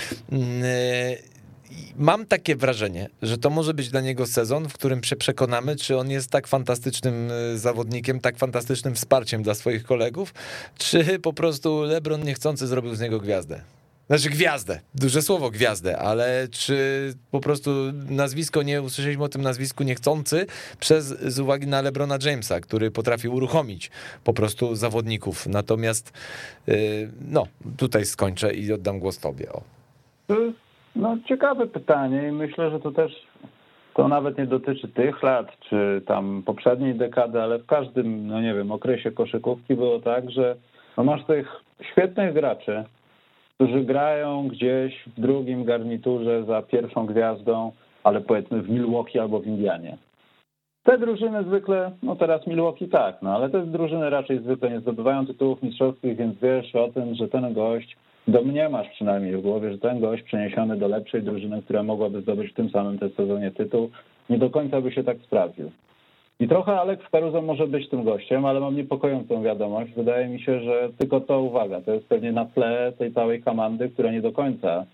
Mam takie wrażenie, że to może być dla niego sezon, w którym się przekonamy, czy on jest tak fantastycznym zawodnikiem, tak fantastycznym wsparciem dla swoich kolegów, czy po prostu LeBron niechcący zrobił z niego gwiazdę. Znaczy gwiazdę, duże słowo gwiazdę, ale czy po prostu nazwisko, nie usłyszeliśmy o tym nazwisku niechcący z uwagi na LeBrona Jamesa, który potrafi uruchomić po prostu zawodników. Natomiast no, tutaj skończę i oddam głos tobie. O. To jest ciekawe pytanie i myślę, że to nawet nie dotyczy tych lat, czy tam poprzedniej dekady, ale w każdym, no nie wiem, okresie koszykówki było tak, że masz tych świetnych graczy, którzy grają gdzieś w drugim garniturze za pierwszą gwiazdą, ale powiedzmy w Milwaukee albo w Indianie. Te drużyny zwykle, teraz Milwaukee tak, ale te drużyny raczej zwykle nie zdobywają tytułów mistrzowskich, więc wiesz o tym, że ten gość, domniemasz przynajmniej w głowie, że ten gość przeniesiony do lepszej drużyny, która mogłaby zdobyć w tym samym sezonie tytuł, nie do końca by się tak sprawdził. I trochę Alex Caruso może być tym gościem, ale mam niepokojącą wiadomość. Wydaje mi się, że tylko to, uwaga, to jest pewnie na tle tej całej komandy, która nie do końca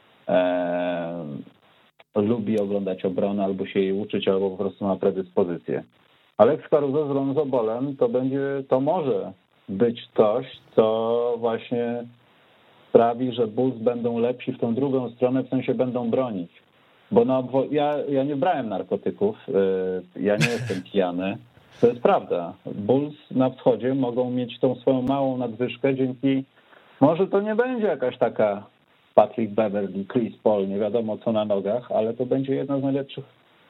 lubi oglądać obronę, albo się jej uczyć, albo po prostu ma predyspozycję. Alex Caruso z Lonzo Ballem to może być coś, co właśnie sprawi, że Bulls będą lepsi w tą drugą stronę, w sensie będą bronić. Bo ja nie brałem narkotyków, ja nie jestem pijany. To jest prawda. Bulls na wschodzie mogą mieć tą swoją małą nadwyżkę dzięki, może to nie będzie jakaś taka Patrick Beverley, Chris Paul, nie wiadomo co na nogach, ale to będzie jedna z najlepszych.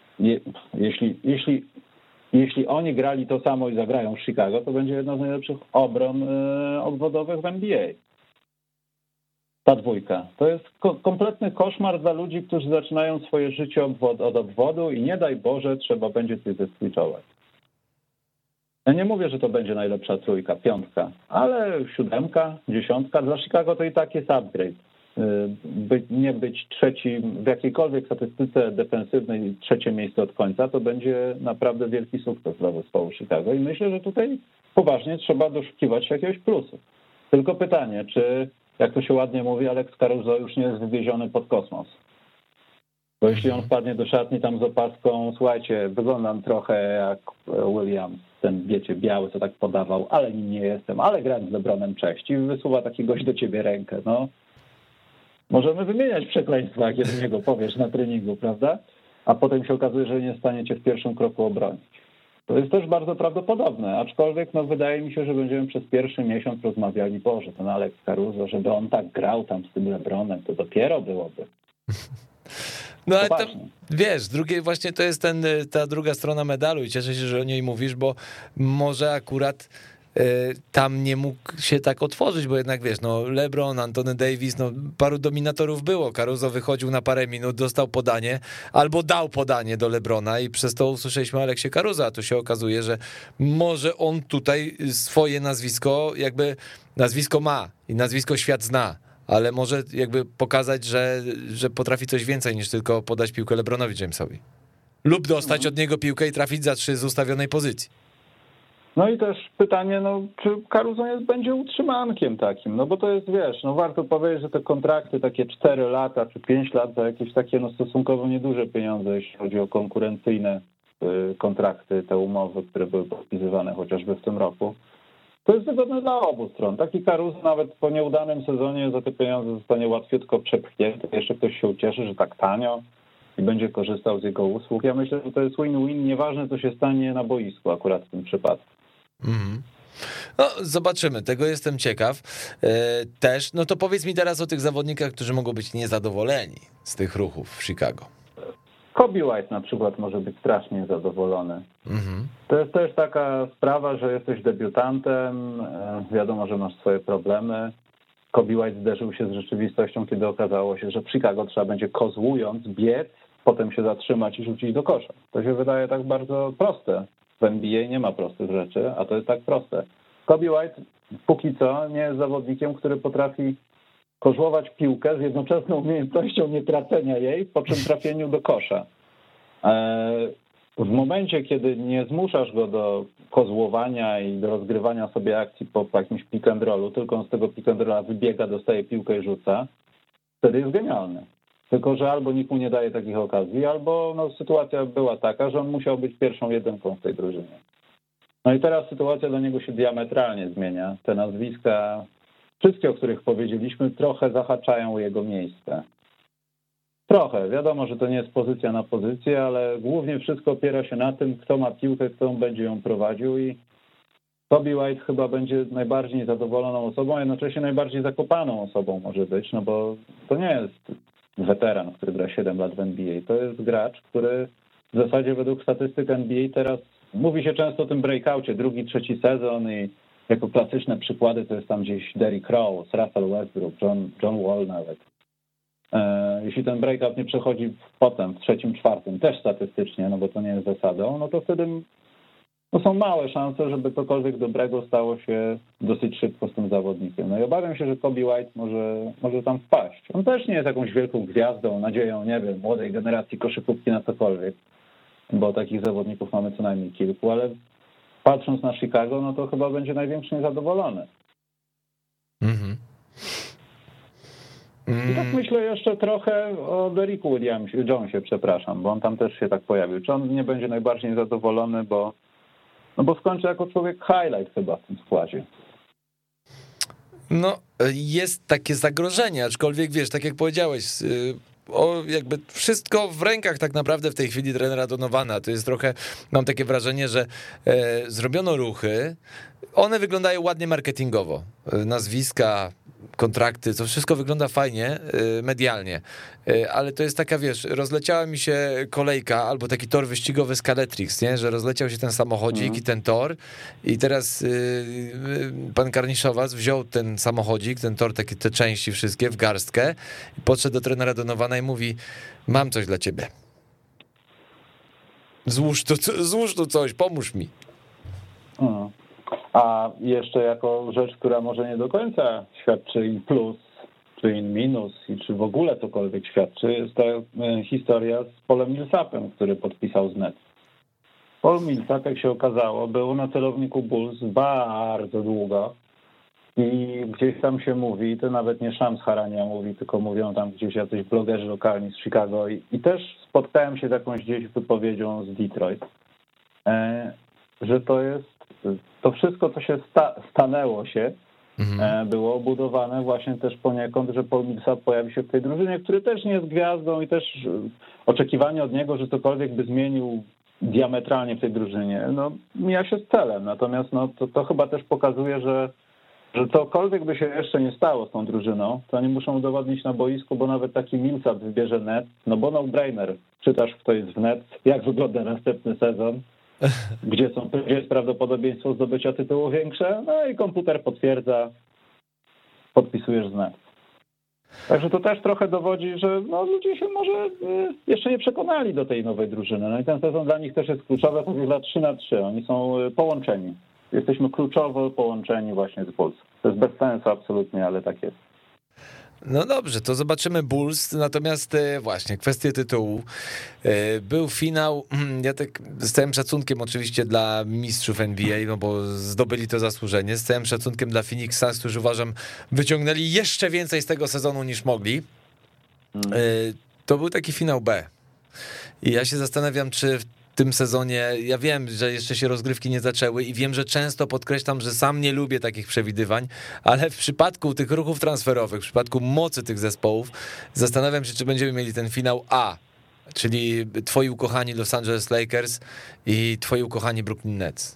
Jeśli oni grali to samo i zagrają w Chicago, to będzie jedna z najlepszych obron obwodowych w NBA. Ta dwójka. To jest kompletny koszmar dla ludzi, którzy zaczynają swoje życie od obwodu i nie daj Boże, trzeba będzie coś zeswitchować. Ja nie mówię, że to będzie najlepsza trójka, piątka, ale 7, 10. Dla Chicago to i tak jest upgrade. Nie być trzeci w jakiejkolwiek statystyce defensywnej, trzecie miejsce od końca, to będzie naprawdę wielki sukces dla zespołu Chicago i myślę, że tutaj poważnie trzeba doszukiwać się jakiegoś plusu. Tylko pytanie, czy, jak to się ładnie mówi, Alex Caruso już nie jest wywieziony pod kosmos. Bo jeśli on wpadnie do szatni tam z opaską, słuchajcie, wyglądam trochę jak Williams, ten wiecie, biały, co tak podawał, ale nim nie jestem, ale grałem z LeBronem, cześć, i wysuwa taki gość do ciebie rękę, Możemy wymieniać przekleństwa, kiedy niego powiesz na treningu, prawda? A potem się okazuje, że nie jest w stanie cię w pierwszym kroku obronić. To jest też bardzo prawdopodobne, aczkolwiek wydaje mi się, że będziemy przez pierwszy miesiąc rozmawiali, Boże, ten Alex Caruso, żeby on tak grał tam z tym LeBronem, to dopiero byłoby. No ale to, wiesz, drugie właśnie to jest ta druga strona medalu i cieszę się, że o niej mówisz, bo może akurat tam nie mógł się tak otworzyć, bo jednak wiesz, LeBron, Anthony Davis, paru dominatorów było. Caruso wychodził na parę minut, dostał podanie, albo dał podanie do LeBrona i przez to usłyszeliśmy o Aleksie Caruso, a tu się okazuje, że może on tutaj swoje nazwisko ma i nazwisko świat zna, ale może jakby pokazać, że potrafi coś więcej niż tylko podać piłkę LeBronowi Jamesowi. Lub dostać od niego piłkę i trafić za 3 z ustawionej pozycji. No i też pytanie, czy Caruso będzie utrzymankiem takim, bo to jest, wiesz, warto powiedzieć, że te kontrakty takie 4 lata czy 5 lat za jakieś takie stosunkowo nieduże pieniądze, jeśli chodzi o konkurencyjne kontrakty, te umowy, które były podpisywane chociażby w tym roku, to jest wygodne dla obu stron. Taki Caruso nawet po nieudanym sezonie za te pieniądze zostanie łatwiutko przepchnięty, jeszcze ktoś się ucieszy, że tak tanio i będzie korzystał z jego usług. Ja myślę, że to jest win-win, nieważne co się stanie na boisku akurat w tym przypadku. Zobaczymy, tego jestem ciekaw też. To powiedz mi teraz o tych zawodnikach, którzy mogą być niezadowoleni z tych ruchów w Chicago. Kobe White na przykład może być strasznie zadowolony. To jest też taka sprawa, że jesteś debiutantem, wiadomo, że masz swoje problemy. Kobe White zderzył się z rzeczywistością, kiedy okazało się, że w Chicago trzeba będzie kozłując biec, potem się zatrzymać i rzucić do kosza. To się wydaje tak bardzo proste. W NBA nie ma prostych rzeczy, a to jest tak proste. Kobe White póki co nie jest zawodnikiem, który potrafi kozłować piłkę z jednoczesną umiejętnością nietracenia jej po czym trafieniu do kosza. W momencie, kiedy nie zmuszasz go do kozłowania i do rozgrywania sobie akcji po jakimś pick and rollu, tylko on z tego pick and rolla wybiega, dostaje piłkę i rzuca, wtedy jest genialny. Tylko że albo nikt mu nie daje takich okazji, albo sytuacja była taka, że on musiał być pierwszą jedynką w tej drużynie. I teraz sytuacja dla niego się diametralnie zmienia. Te nazwiska wszystkie, o których powiedzieliśmy, trochę zahaczają o jego miejsce. Trochę. Wiadomo, że to nie jest pozycja na pozycję, ale głównie wszystko opiera się na tym, kto ma piłkę, kto będzie ją prowadził i Kobe White chyba będzie najbardziej zadowoloną osobą, a jednocześnie najbardziej zakopaną osobą może być, no bo to nie jest weteran, który gra 7 lat w NBA. To jest gracz, który w zasadzie według statystyk NBA teraz mówi się często o tym breakoucie, drugi, trzeci sezon i jako klasyczne przykłady to jest tam gdzieś Derrick Rose, Russell Westbrook, John Wall nawet. Jeśli ten breakout nie przechodzi potem w trzecim, czwartym, też statystycznie, no bo to nie jest zasadą, no to wtedy są małe szanse, żeby cokolwiek dobrego stało się dosyć szybko z tym zawodnikiem. No i obawiam się, że Kobe White może tam wpaść. On też nie jest jakąś wielką gwiazdą, nadzieją, nie wiem, młodej generacji koszykówki na cokolwiek, bo takich zawodników mamy co najmniej kilku, ale patrząc na Chicago, no to chyba będzie największym zadowolony. I tak myślę jeszcze trochę o Derricku Jonesie, przepraszam, bo on tam też się tak pojawił. Czy on nie będzie najbardziej zadowolony, bo skończy jako człowiek highlight chyba w tym składzie. No, jest takie zagrożenie, aczkolwiek wiesz, tak jak powiedziałeś, jakby wszystko w rękach tak naprawdę w tej chwili trenera Donovana. To jest trochę, mam takie wrażenie, że zrobiono ruchy, one wyglądają ładnie marketingowo, nazwiska, kontrakty, to wszystko wygląda fajnie medialnie, ale to jest taka, wiesz, rozleciała mi się kolejka albo taki tor wyścigowy z Caletrix, nie? Że rozleciał się ten samochodzik i ten tor i teraz pan Karniszowac wziął ten samochodzik, ten tor, takie te części wszystkie w garstkę i podszedł do trenera Donowana i mówi: mam coś dla ciebie. Złóż tu coś, pomóż mi. A jeszcze jako rzecz, która może nie do końca świadczy im plus, czy im minus, i czy w ogóle cokolwiek świadczy, jest ta historia z Paulem Millsapem, który podpisał z Nets. Paul Millsap, jak się okazało, był na celowniku Bulls bardzo długo i gdzieś tam się mówi, to nawet nie Shams Charania mówi, tylko mówią tam gdzieś jacyś blogerzy lokalni z Chicago i też spotkałem się z jakąś gdzieś wypowiedzią z Detroit, że to wszystko, co się stanęło się, było budowane właśnie też poniekąd, że Paul Millsap pojawi się w tej drużynie, który też nie jest gwiazdą i też oczekiwanie od niego, że cokolwiek by zmienił diametralnie w tej drużynie, no mija się z celem. Natomiast no, to chyba też pokazuje, że cokolwiek by się jeszcze nie stało z tą drużyną, to oni muszą udowodnić na boisku, bo nawet taki Millsap wybierze Nets, no bo no-brainer. Czytasz, kto jest w Nets, jak wygląda następny sezon, gdzie jest prawdopodobieństwo zdobycia tytułu większe, no i komputer potwierdza, podpisujesz z Nets. Także to też trochę dowodzi, że no, ludzie się może jeszcze nie przekonali do tej nowej drużyny. No i ten sezon dla nich też jest kluczowy, to jest dla 3-3. Oni są połączeni. Jesteśmy kluczowo połączeni właśnie z Bulls. To jest bez sensu absolutnie, ale tak jest. No dobrze, to zobaczymy Bulls, natomiast właśnie kwestia tytułu. Był finał, ja tak z całym szacunkiem oczywiście dla mistrzów NBA, no bo zdobyli to zasłużenie, z całym szacunkiem dla Phoenix Suns, którzy uważam wyciągnęli jeszcze więcej z tego sezonu niż mogli. To był taki finał B. I ja się zastanawiam, czy w tym sezonie, ja wiem, że jeszcze się rozgrywki nie zaczęły i wiem, że często podkreślam, że sam nie lubię takich przewidywań, ale w przypadku tych ruchów transferowych, w przypadku mocy tych zespołów, zastanawiam się, czy będziemy mieli ten finał A, czyli twoi ukochani Los Angeles Lakers i twoi ukochani Brooklyn Nets.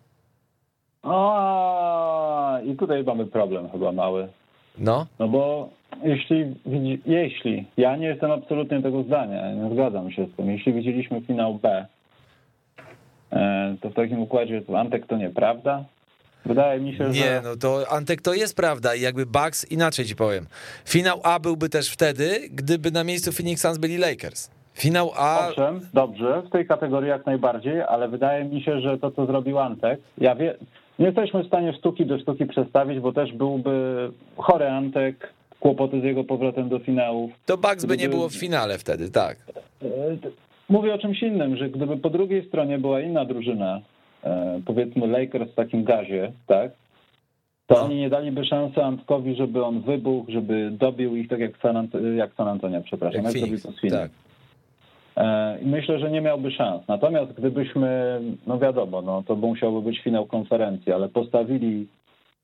I tutaj mamy problem chyba mały. No Bo jeśli ja nie jestem absolutnie tego zdania, nie zgadzam się z tym, jeśli widzieliśmy finał B, to w takim układzie to Antek to nieprawda. Wydaje mi się, że... Nie, no to Antek to jest prawda i jakby Bucks, inaczej ci powiem. Finał A byłby też wtedy, gdyby na miejscu Phoenix Suns byli Lakers. Finał A... Owszem, dobrze, w tej kategorii jak najbardziej, ale wydaje mi się, że to, co zrobił Antek, nie jesteśmy w stanie sztuki do sztuki przestawić, bo też byłby chory Antek, kłopoty z jego powrotem do finałów. To Bucks by nie było w finale wtedy, tak. Mówię o czymś innym, że gdyby po drugiej stronie była inna drużyna, powiedzmy Lakers w takim gazie, tak, to oni nie daliby szansy Antkowi, żeby on wybuchł, żeby dobił ich tak jak San Antonio, przepraszam, jak zrobił to z Phoenix. Tak. I myślę, że nie miałby szans. Natomiast gdybyśmy, no wiadomo, no to musiałby być finał konferencji, ale postawili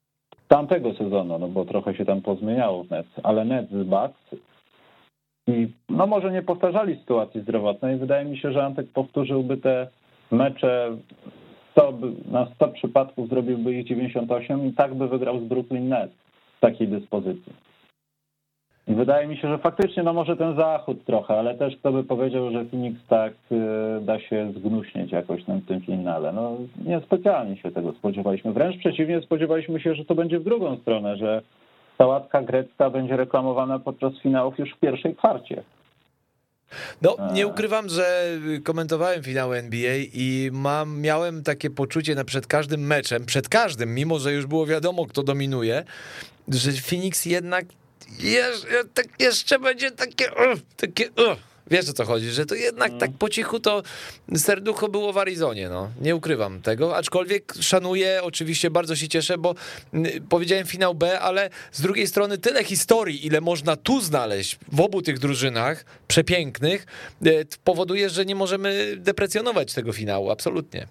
tamtego sezonu, no bo trochę się tam pozmieniało w Nets, ale Nets z Bucks i no może nie powtarzali sytuacji zdrowotnej. Wydaje mi się, że Antek powtórzyłby te mecze na 100 przypadków, zrobiłby ich 98 i tak by wygrał z Brooklyn Nets w takiej dyspozycji. I wydaje mi się, że faktycznie no może ten zachód trochę, ale też kto by powiedział, że Phoenix tak da się zgnuśnieć jakoś na tym finale. No niespecjalnie się tego spodziewaliśmy. Wręcz przeciwnie, spodziewaliśmy się, że to będzie w drugą stronę, że sałatka grecka będzie reklamowana podczas finałów już w pierwszej kwarcie. No, nie ukrywam, że komentowałem finały NBA i miałem takie poczucie przed każdym meczem, mimo że już było wiadomo, kto dominuje, że Phoenix jednak jeszcze będzie takie wiesz o co chodzi, że to jednak tak po cichu to serducho było w Arizonie, no. Nie ukrywam tego, aczkolwiek szanuję, oczywiście bardzo się cieszę, bo powiedziałem finał B, ale z drugiej strony tyle historii, ile można tu znaleźć w obu tych drużynach przepięknych, powoduje, że nie możemy deprecjonować tego finału, absolutnie.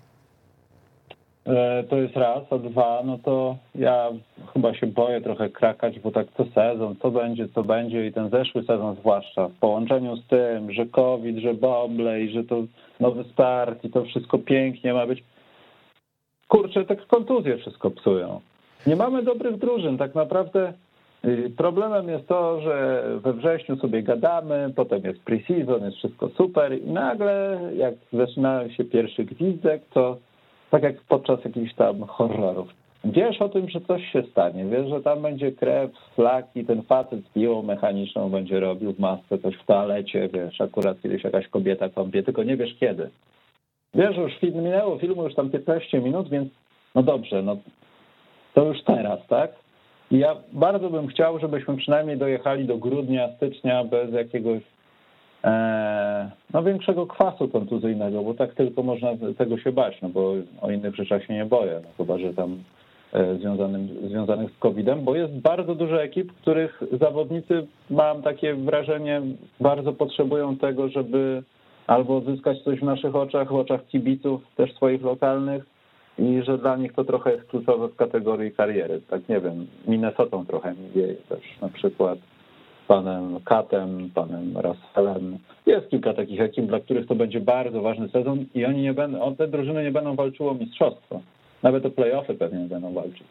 To jest raz, a dwa, no to ja chyba się boję trochę krakać, bo tak co sezon, co będzie i ten zeszły sezon zwłaszcza w połączeniu z tym, że COVID, że Bobley, że to nowy start i to wszystko pięknie ma być. Kurczę, tak kontuzje wszystko psują. Nie mamy dobrych drużyn, tak naprawdę problemem jest to, że we wrześniu sobie gadamy, potem jest pre-season, jest wszystko super i nagle jak zaczyna się pierwszy gwizdek, to tak jak podczas jakichś tam horrorów. Wiesz o tym, że coś się stanie, wiesz, że tam będzie krew, flaki, ten facet z piłą mechaniczną będzie robił w masce coś w toalecie, wiesz, akurat kiedyś jakaś kobieta kąpie, tylko nie wiesz kiedy. Wiesz, już minęło filmu już tam 15 minut, więc no dobrze, no to już teraz, tak? I ja bardzo bym chciał, żebyśmy przynajmniej dojechali do grudnia, stycznia bez jakiegoś większego kwasu kontuzyjnego, bo tak tylko można tego się bać, no bo o innych rzeczach się nie boję, no chyba że tam związanych z COVID-em, bo jest bardzo dużo ekip, których zawodnicy, mam takie wrażenie, bardzo potrzebują tego, żeby albo odzyskać coś w naszych oczach, w oczach kibiców, też swoich lokalnych i że dla nich to trochę jest kluczowe w kategorii kariery. Tak nie wiem, Minnesotą trochę mi wieje też na przykład. Panem Katem, panem Russellem. Jest kilka takich ekip, dla których to będzie bardzo ważny sezon i oni nie będą, te drużyny nie będą walczyły o mistrzostwo. Nawet o play-offy pewnie nie będą walczyć.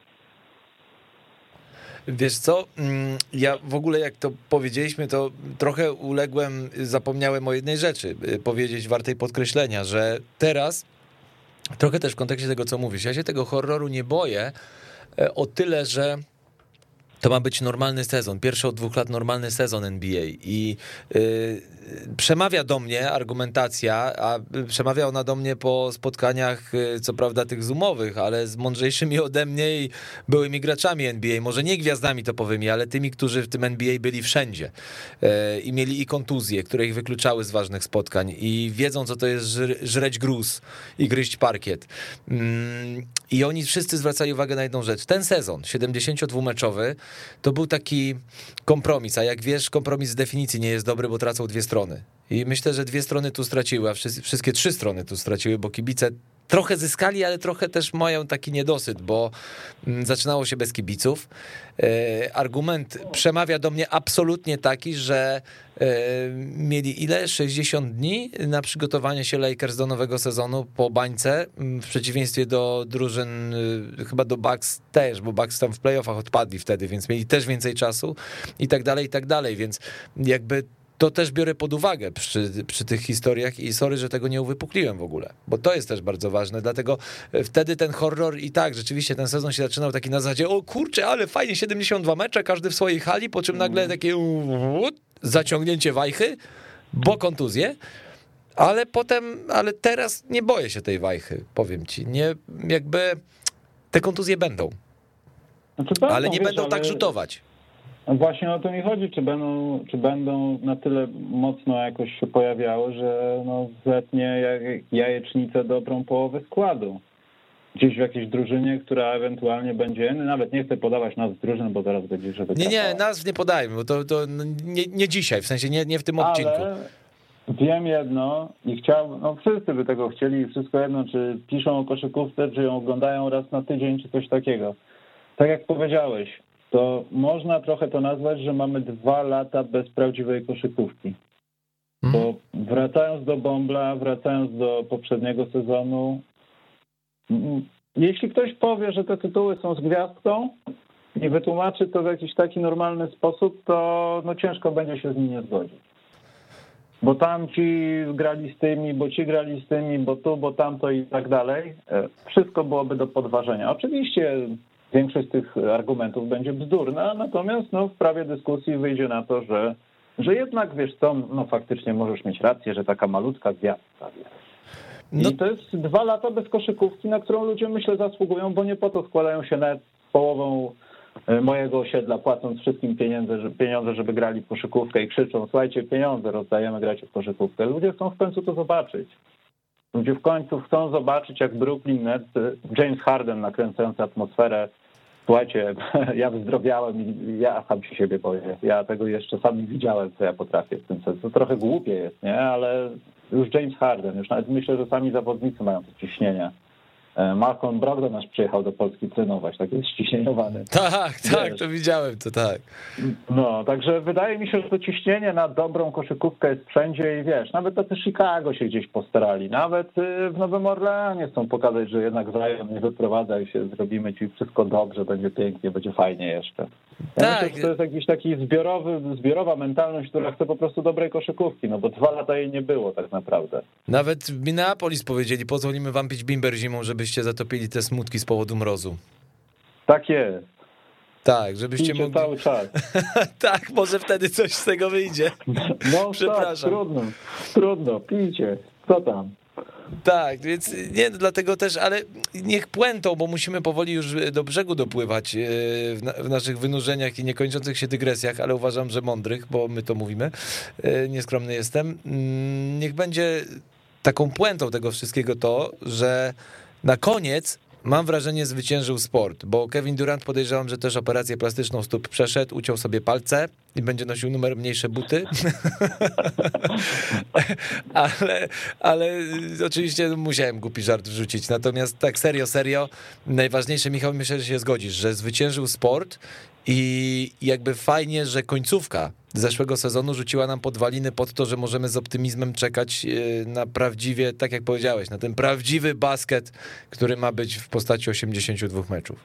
Wiesz co, ja w ogóle jak to powiedzieliśmy, to trochę zapomniałem o jednej rzeczy powiedzieć wartej podkreślenia, że teraz, trochę też w kontekście tego, co mówisz, ja się tego horroru nie boję o tyle, że to ma być normalny sezon, pierwszy od 2 lat normalny sezon NBA i przemawia do mnie argumentacja, a przemawia ona do mnie po spotkaniach, co prawda tych zoomowych, ale z mądrzejszymi ode mnie i byłymi graczami NBA, może nie gwiazdami topowymi, ale tymi, którzy w tym NBA byli wszędzie i mieli i kontuzje, które ich wykluczały z ważnych spotkań i wiedzą, co to jest żreć gruz i gryźć parkiet. I oni wszyscy zwracali uwagę na jedną rzecz. Ten sezon 72-meczowy to był taki kompromis, a jak wiesz, kompromis z definicji nie jest dobry, bo tracą 2 strony. I myślę, że 2 strony tu straciły, a wszystkie 3 strony tu straciły, bo kibice trochę zyskali, ale trochę też mają taki niedosyt, bo zaczynało się bez kibiców. Argument przemawia do mnie absolutnie taki, że mieli 60 dni na przygotowanie się Lakers do nowego sezonu po bańce, w przeciwieństwie do drużyn, chyba do Bucks też, bo Bucks tam w playoffach odpadli wtedy, więc mieli też więcej czasu i tak dalej, więc jakby to też biorę pod uwagę przy tych historiach i sorry, że tego nie uwypukliłem w ogóle, bo to jest też bardzo ważne, dlatego wtedy ten horror i tak, rzeczywiście ten sezon się zaczynał taki na zasadzie, o kurczę, ale fajnie, 72 mecze, każdy w swojej hali, po czym nagle takie zaciągnięcie wajchy, bo kontuzje, ale teraz nie boję się tej wajchy, powiem ci, nie, jakby te kontuzje będą, ale nie będą tak rzutować. No właśnie o to mi chodzi, czy będą na tyle mocno jakoś się pojawiały, że zetnie jajecznicę dobrą połowę składu. Gdzieś w jakiejś drużynie, która ewentualnie będzie, nawet nie chcę podawać nazw drużyn, bo zaraz będzie, żeby... Nie, nazw nie podajmy, bo to nie dzisiaj, w sensie nie w tym odcinku. Ale wiem jedno i wszyscy by tego chcieli, wszystko jedno, czy piszą o koszykówce, czy ją oglądają raz na tydzień, czy coś takiego. tak jak powiedziałeś, to można trochę to nazwać, że mamy 2 lata bez prawdziwej koszykówki. Bo wracając do Bąbla, wracając do poprzedniego sezonu, jeśli ktoś powie, że te tytuły są z gwiazdką i wytłumaczy to w jakiś taki normalny sposób, to no ciężko będzie się z nim nie zgodzić. Bo tamci grali z tymi, bo ci grali z tymi, bo tu, bo tamto i tak dalej. Wszystko byłoby do podważenia. Oczywiście większość z tych argumentów będzie bzdurna, natomiast no, w prawie dyskusji wyjdzie na to, że jednak, wiesz co, no faktycznie możesz mieć rację, że taka malutka gwiazdka. I to jest 2 lata bez koszykówki, na którą ludzie, myślę, zasługują, bo nie po to składają się nawet połową mojego osiedla, płacąc wszystkim pieniądze, żeby grali w koszykówkę i krzyczą, słuchajcie, pieniądze rozdajemy, grać w koszykówkę. Ludzie chcą w końcu to zobaczyć. Ludzie w końcu chcą zobaczyć, jak Brooklyn Nets, James Harden nakręcający atmosferę. Słuchajcie, ja wyzdrowiałem i ja sam się siebie boję. Ja tego jeszcze sam nie widziałem, co ja potrafię w tym sensie. To trochę głupie jest, nie? Ale już James Harden, już nawet myślę, że sami zawodnicy mają to ciśnienie. Malcolm Brogdon aż przyjechał do Polski trenować, tak jest ściśnieniowany. Tak, to widziałem, to tak. No, także wydaje mi się, że to ciśnienie na dobrą koszykówkę jest wszędzie i wiesz, nawet tacy Chicago się gdzieś postarali, nawet w Nowym Orleanie chcą pokazać, że jednak Zion nie wyprowadza i się zrobimy ci wszystko dobrze, będzie pięknie, będzie fajnie jeszcze. Ja myślę, że to jest jakiś taki zbiorowa mentalność, która chce po prostu dobrej koszykówki, no bo 2 lata jej nie było tak naprawdę. Nawet w Minneapolis powiedzieli, pozwolimy wam pić bimber zimą, żebyście zatopili te smutki z powodu mrozu. Tak jest. Tak, żebyście mogli... cały czas. Tak, może wtedy coś z tego wyjdzie. No przepraszam. Tak, trudno, pijcie, co tam? Tak, więc nie, dlatego też, ale niech puentą, bo musimy powoli już do brzegu dopływać w naszych wynurzeniach i niekończących się dygresjach, ale uważam, że mądrych, bo my to mówimy, nieskromny jestem. Niech będzie taką puentą tego wszystkiego to, że na koniec mam wrażenie zwyciężył sport, bo Kevin Durant, podejrzewam, że też operację plastyczną stóp przeszedł, uciął sobie palce i będzie nosił numer mniejsze buty. ale oczywiście musiałem głupi żart wrzucić. Natomiast tak serio, najważniejsze, Michał, myślę, że się zgodzisz, że zwyciężył sport i jakby fajnie, że końcówka zeszłego sezonu rzuciła nam podwaliny pod to, że możemy z optymizmem czekać na prawdziwie, tak jak powiedziałeś, na ten prawdziwy basket, który ma być w postaci 82 meczów.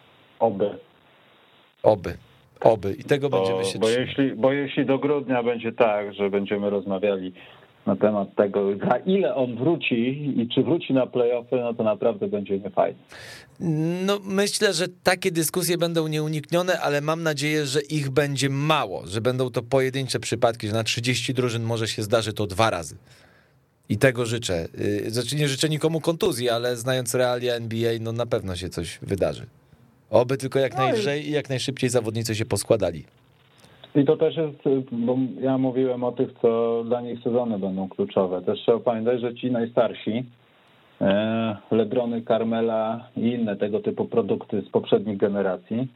Oby. I tego będziemy się trzymać. Bo jeśli do grudnia będzie tak, że będziemy rozmawiali na temat tego, za ile on wróci i czy wróci na play-offy, no to naprawdę będzie niefajnie. No myślę, że takie dyskusje będą nieuniknione, ale mam nadzieję, że ich będzie mało, że będą to pojedyncze przypadki, że na 30 drużyn może się zdarzy to 2 razy. I tego życzę. Znaczy nie życzę nikomu kontuzji, ale znając realia NBA, no na pewno się coś wydarzy. Oby tylko jak najlżej i jak najszybciej zawodnicy się poskładali. I to też jest, bo ja mówiłem o tych, co dla nich sezony będą kluczowe. Też trzeba pamiętać, że ci najstarsi, LeBrony, Carmela i inne tego typu produkty z poprzednich generacji,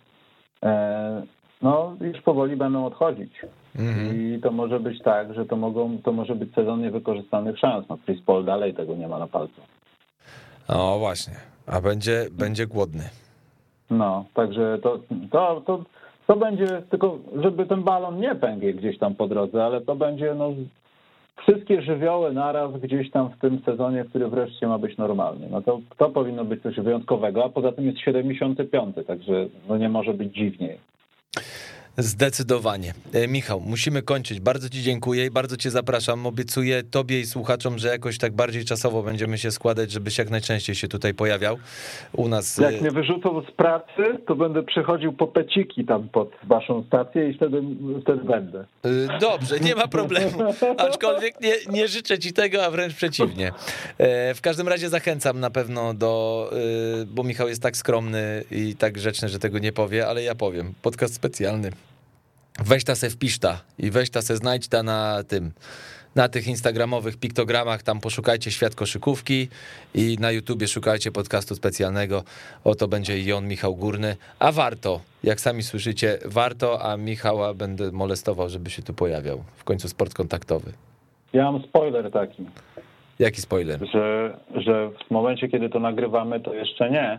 no już powoli będą odchodzić. I to może być tak, że to może być sezon niewykorzystanych szans. No Chris Paul dalej tego nie ma na palcu. O właśnie, a będzie głodny. No, także to będzie, tylko żeby ten balon nie pękł gdzieś tam po drodze, ale to będzie wszystkie żywioły naraz gdzieś tam w tym sezonie, który wreszcie ma być normalny. No to powinno być coś wyjątkowego, a poza tym jest 75, także no nie może być dziwniej. Zdecydowanie. Michał, musimy kończyć. Bardzo ci dziękuję i bardzo cię zapraszam. Obiecuję tobie i słuchaczom, że jakoś tak bardziej czasowo będziemy się składać, żebyś jak najczęściej się tutaj pojawiał u nas. Jak mnie wyrzucą z pracy, to będę przychodził po peciki tam pod waszą stację i wtedy będę. Dobrze, nie ma problemu. Aczkolwiek nie życzę ci tego, a wręcz przeciwnie. W każdym razie zachęcam na pewno bo Michał jest tak skromny i tak grzeczny, że tego nie powie, ale ja powiem. Podcast specjalny. Weź ta se wpisz ta i weź ta se znajdź ta na tych instagramowych piktogramach, tam poszukajcie Świat Koszykówki i na YouTubie szukajcie podcastu specjalnego, oto będzie i on, Michał Górny, a warto, jak sami słyszycie, warto, a Michała będę molestował, żeby się tu pojawiał, w końcu sport kontaktowy. Ja mam spoiler taki. Jaki spoiler? Że w momencie, kiedy to nagrywamy, to jeszcze nie,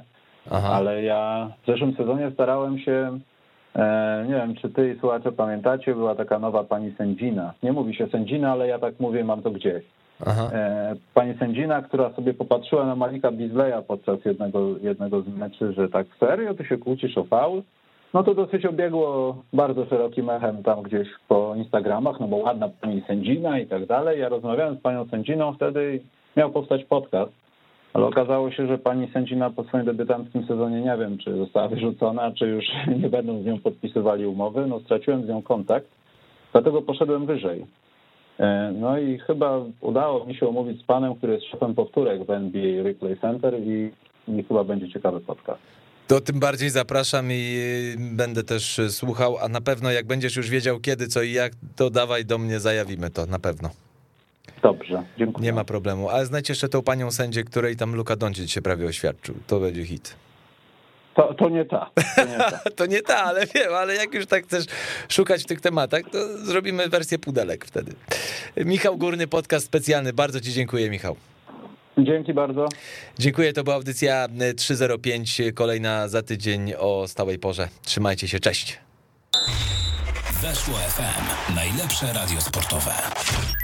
ale ja w zeszłym sezonie starałem się, nie wiem, czy ty i słuchacze pamiętacie, była taka nowa pani sędzina. Nie mówi się sędzina, ale ja tak mówię, mam to gdzieś. Pani sędzina, która sobie popatrzyła na Malika Beasleya podczas jednego z meczy, że tak serio, ty się kłócisz o faul? No to dosyć obiegło bardzo szerokim echem tam gdzieś po Instagramach, no bo ładna pani sędzina i tak dalej. Ja rozmawiałem z panią sędziną, wtedy miał powstać podcast, ale okazało się, że pani sędzina po swoim debiutanckim sezonie, nie wiem, czy została wyrzucona, czy już nie będą z nią podpisywali umowy. No straciłem z nią kontakt, dlatego poszedłem wyżej. No i chyba udało mi się umówić z panem, który jest szefem powtórek w NBA Replay Center i chyba będzie ciekawy podcast. To tym bardziej zapraszam i będę też słuchał, a na pewno jak będziesz już wiedział kiedy, co i jak, to dawaj do mnie, zajawimy to na pewno. Dobrze, dziękuję. Nie ma problemu, ale znajdź jeszcze tą panią sędzię, której tam Luka Doncic się prawie oświadczył, to będzie hit. To nie ta. To nie ta, ale wiem, ale jak już tak chcesz szukać w tych tematach, to zrobimy wersję pudelek wtedy. Michał Górny, podcast specjalny, bardzo ci dziękuję, Michał. Dzięki bardzo. Dziękuję, to była audycja 305, kolejna za tydzień o stałej porze. Trzymajcie się, cześć. Weszło FM, najlepsze radio sportowe.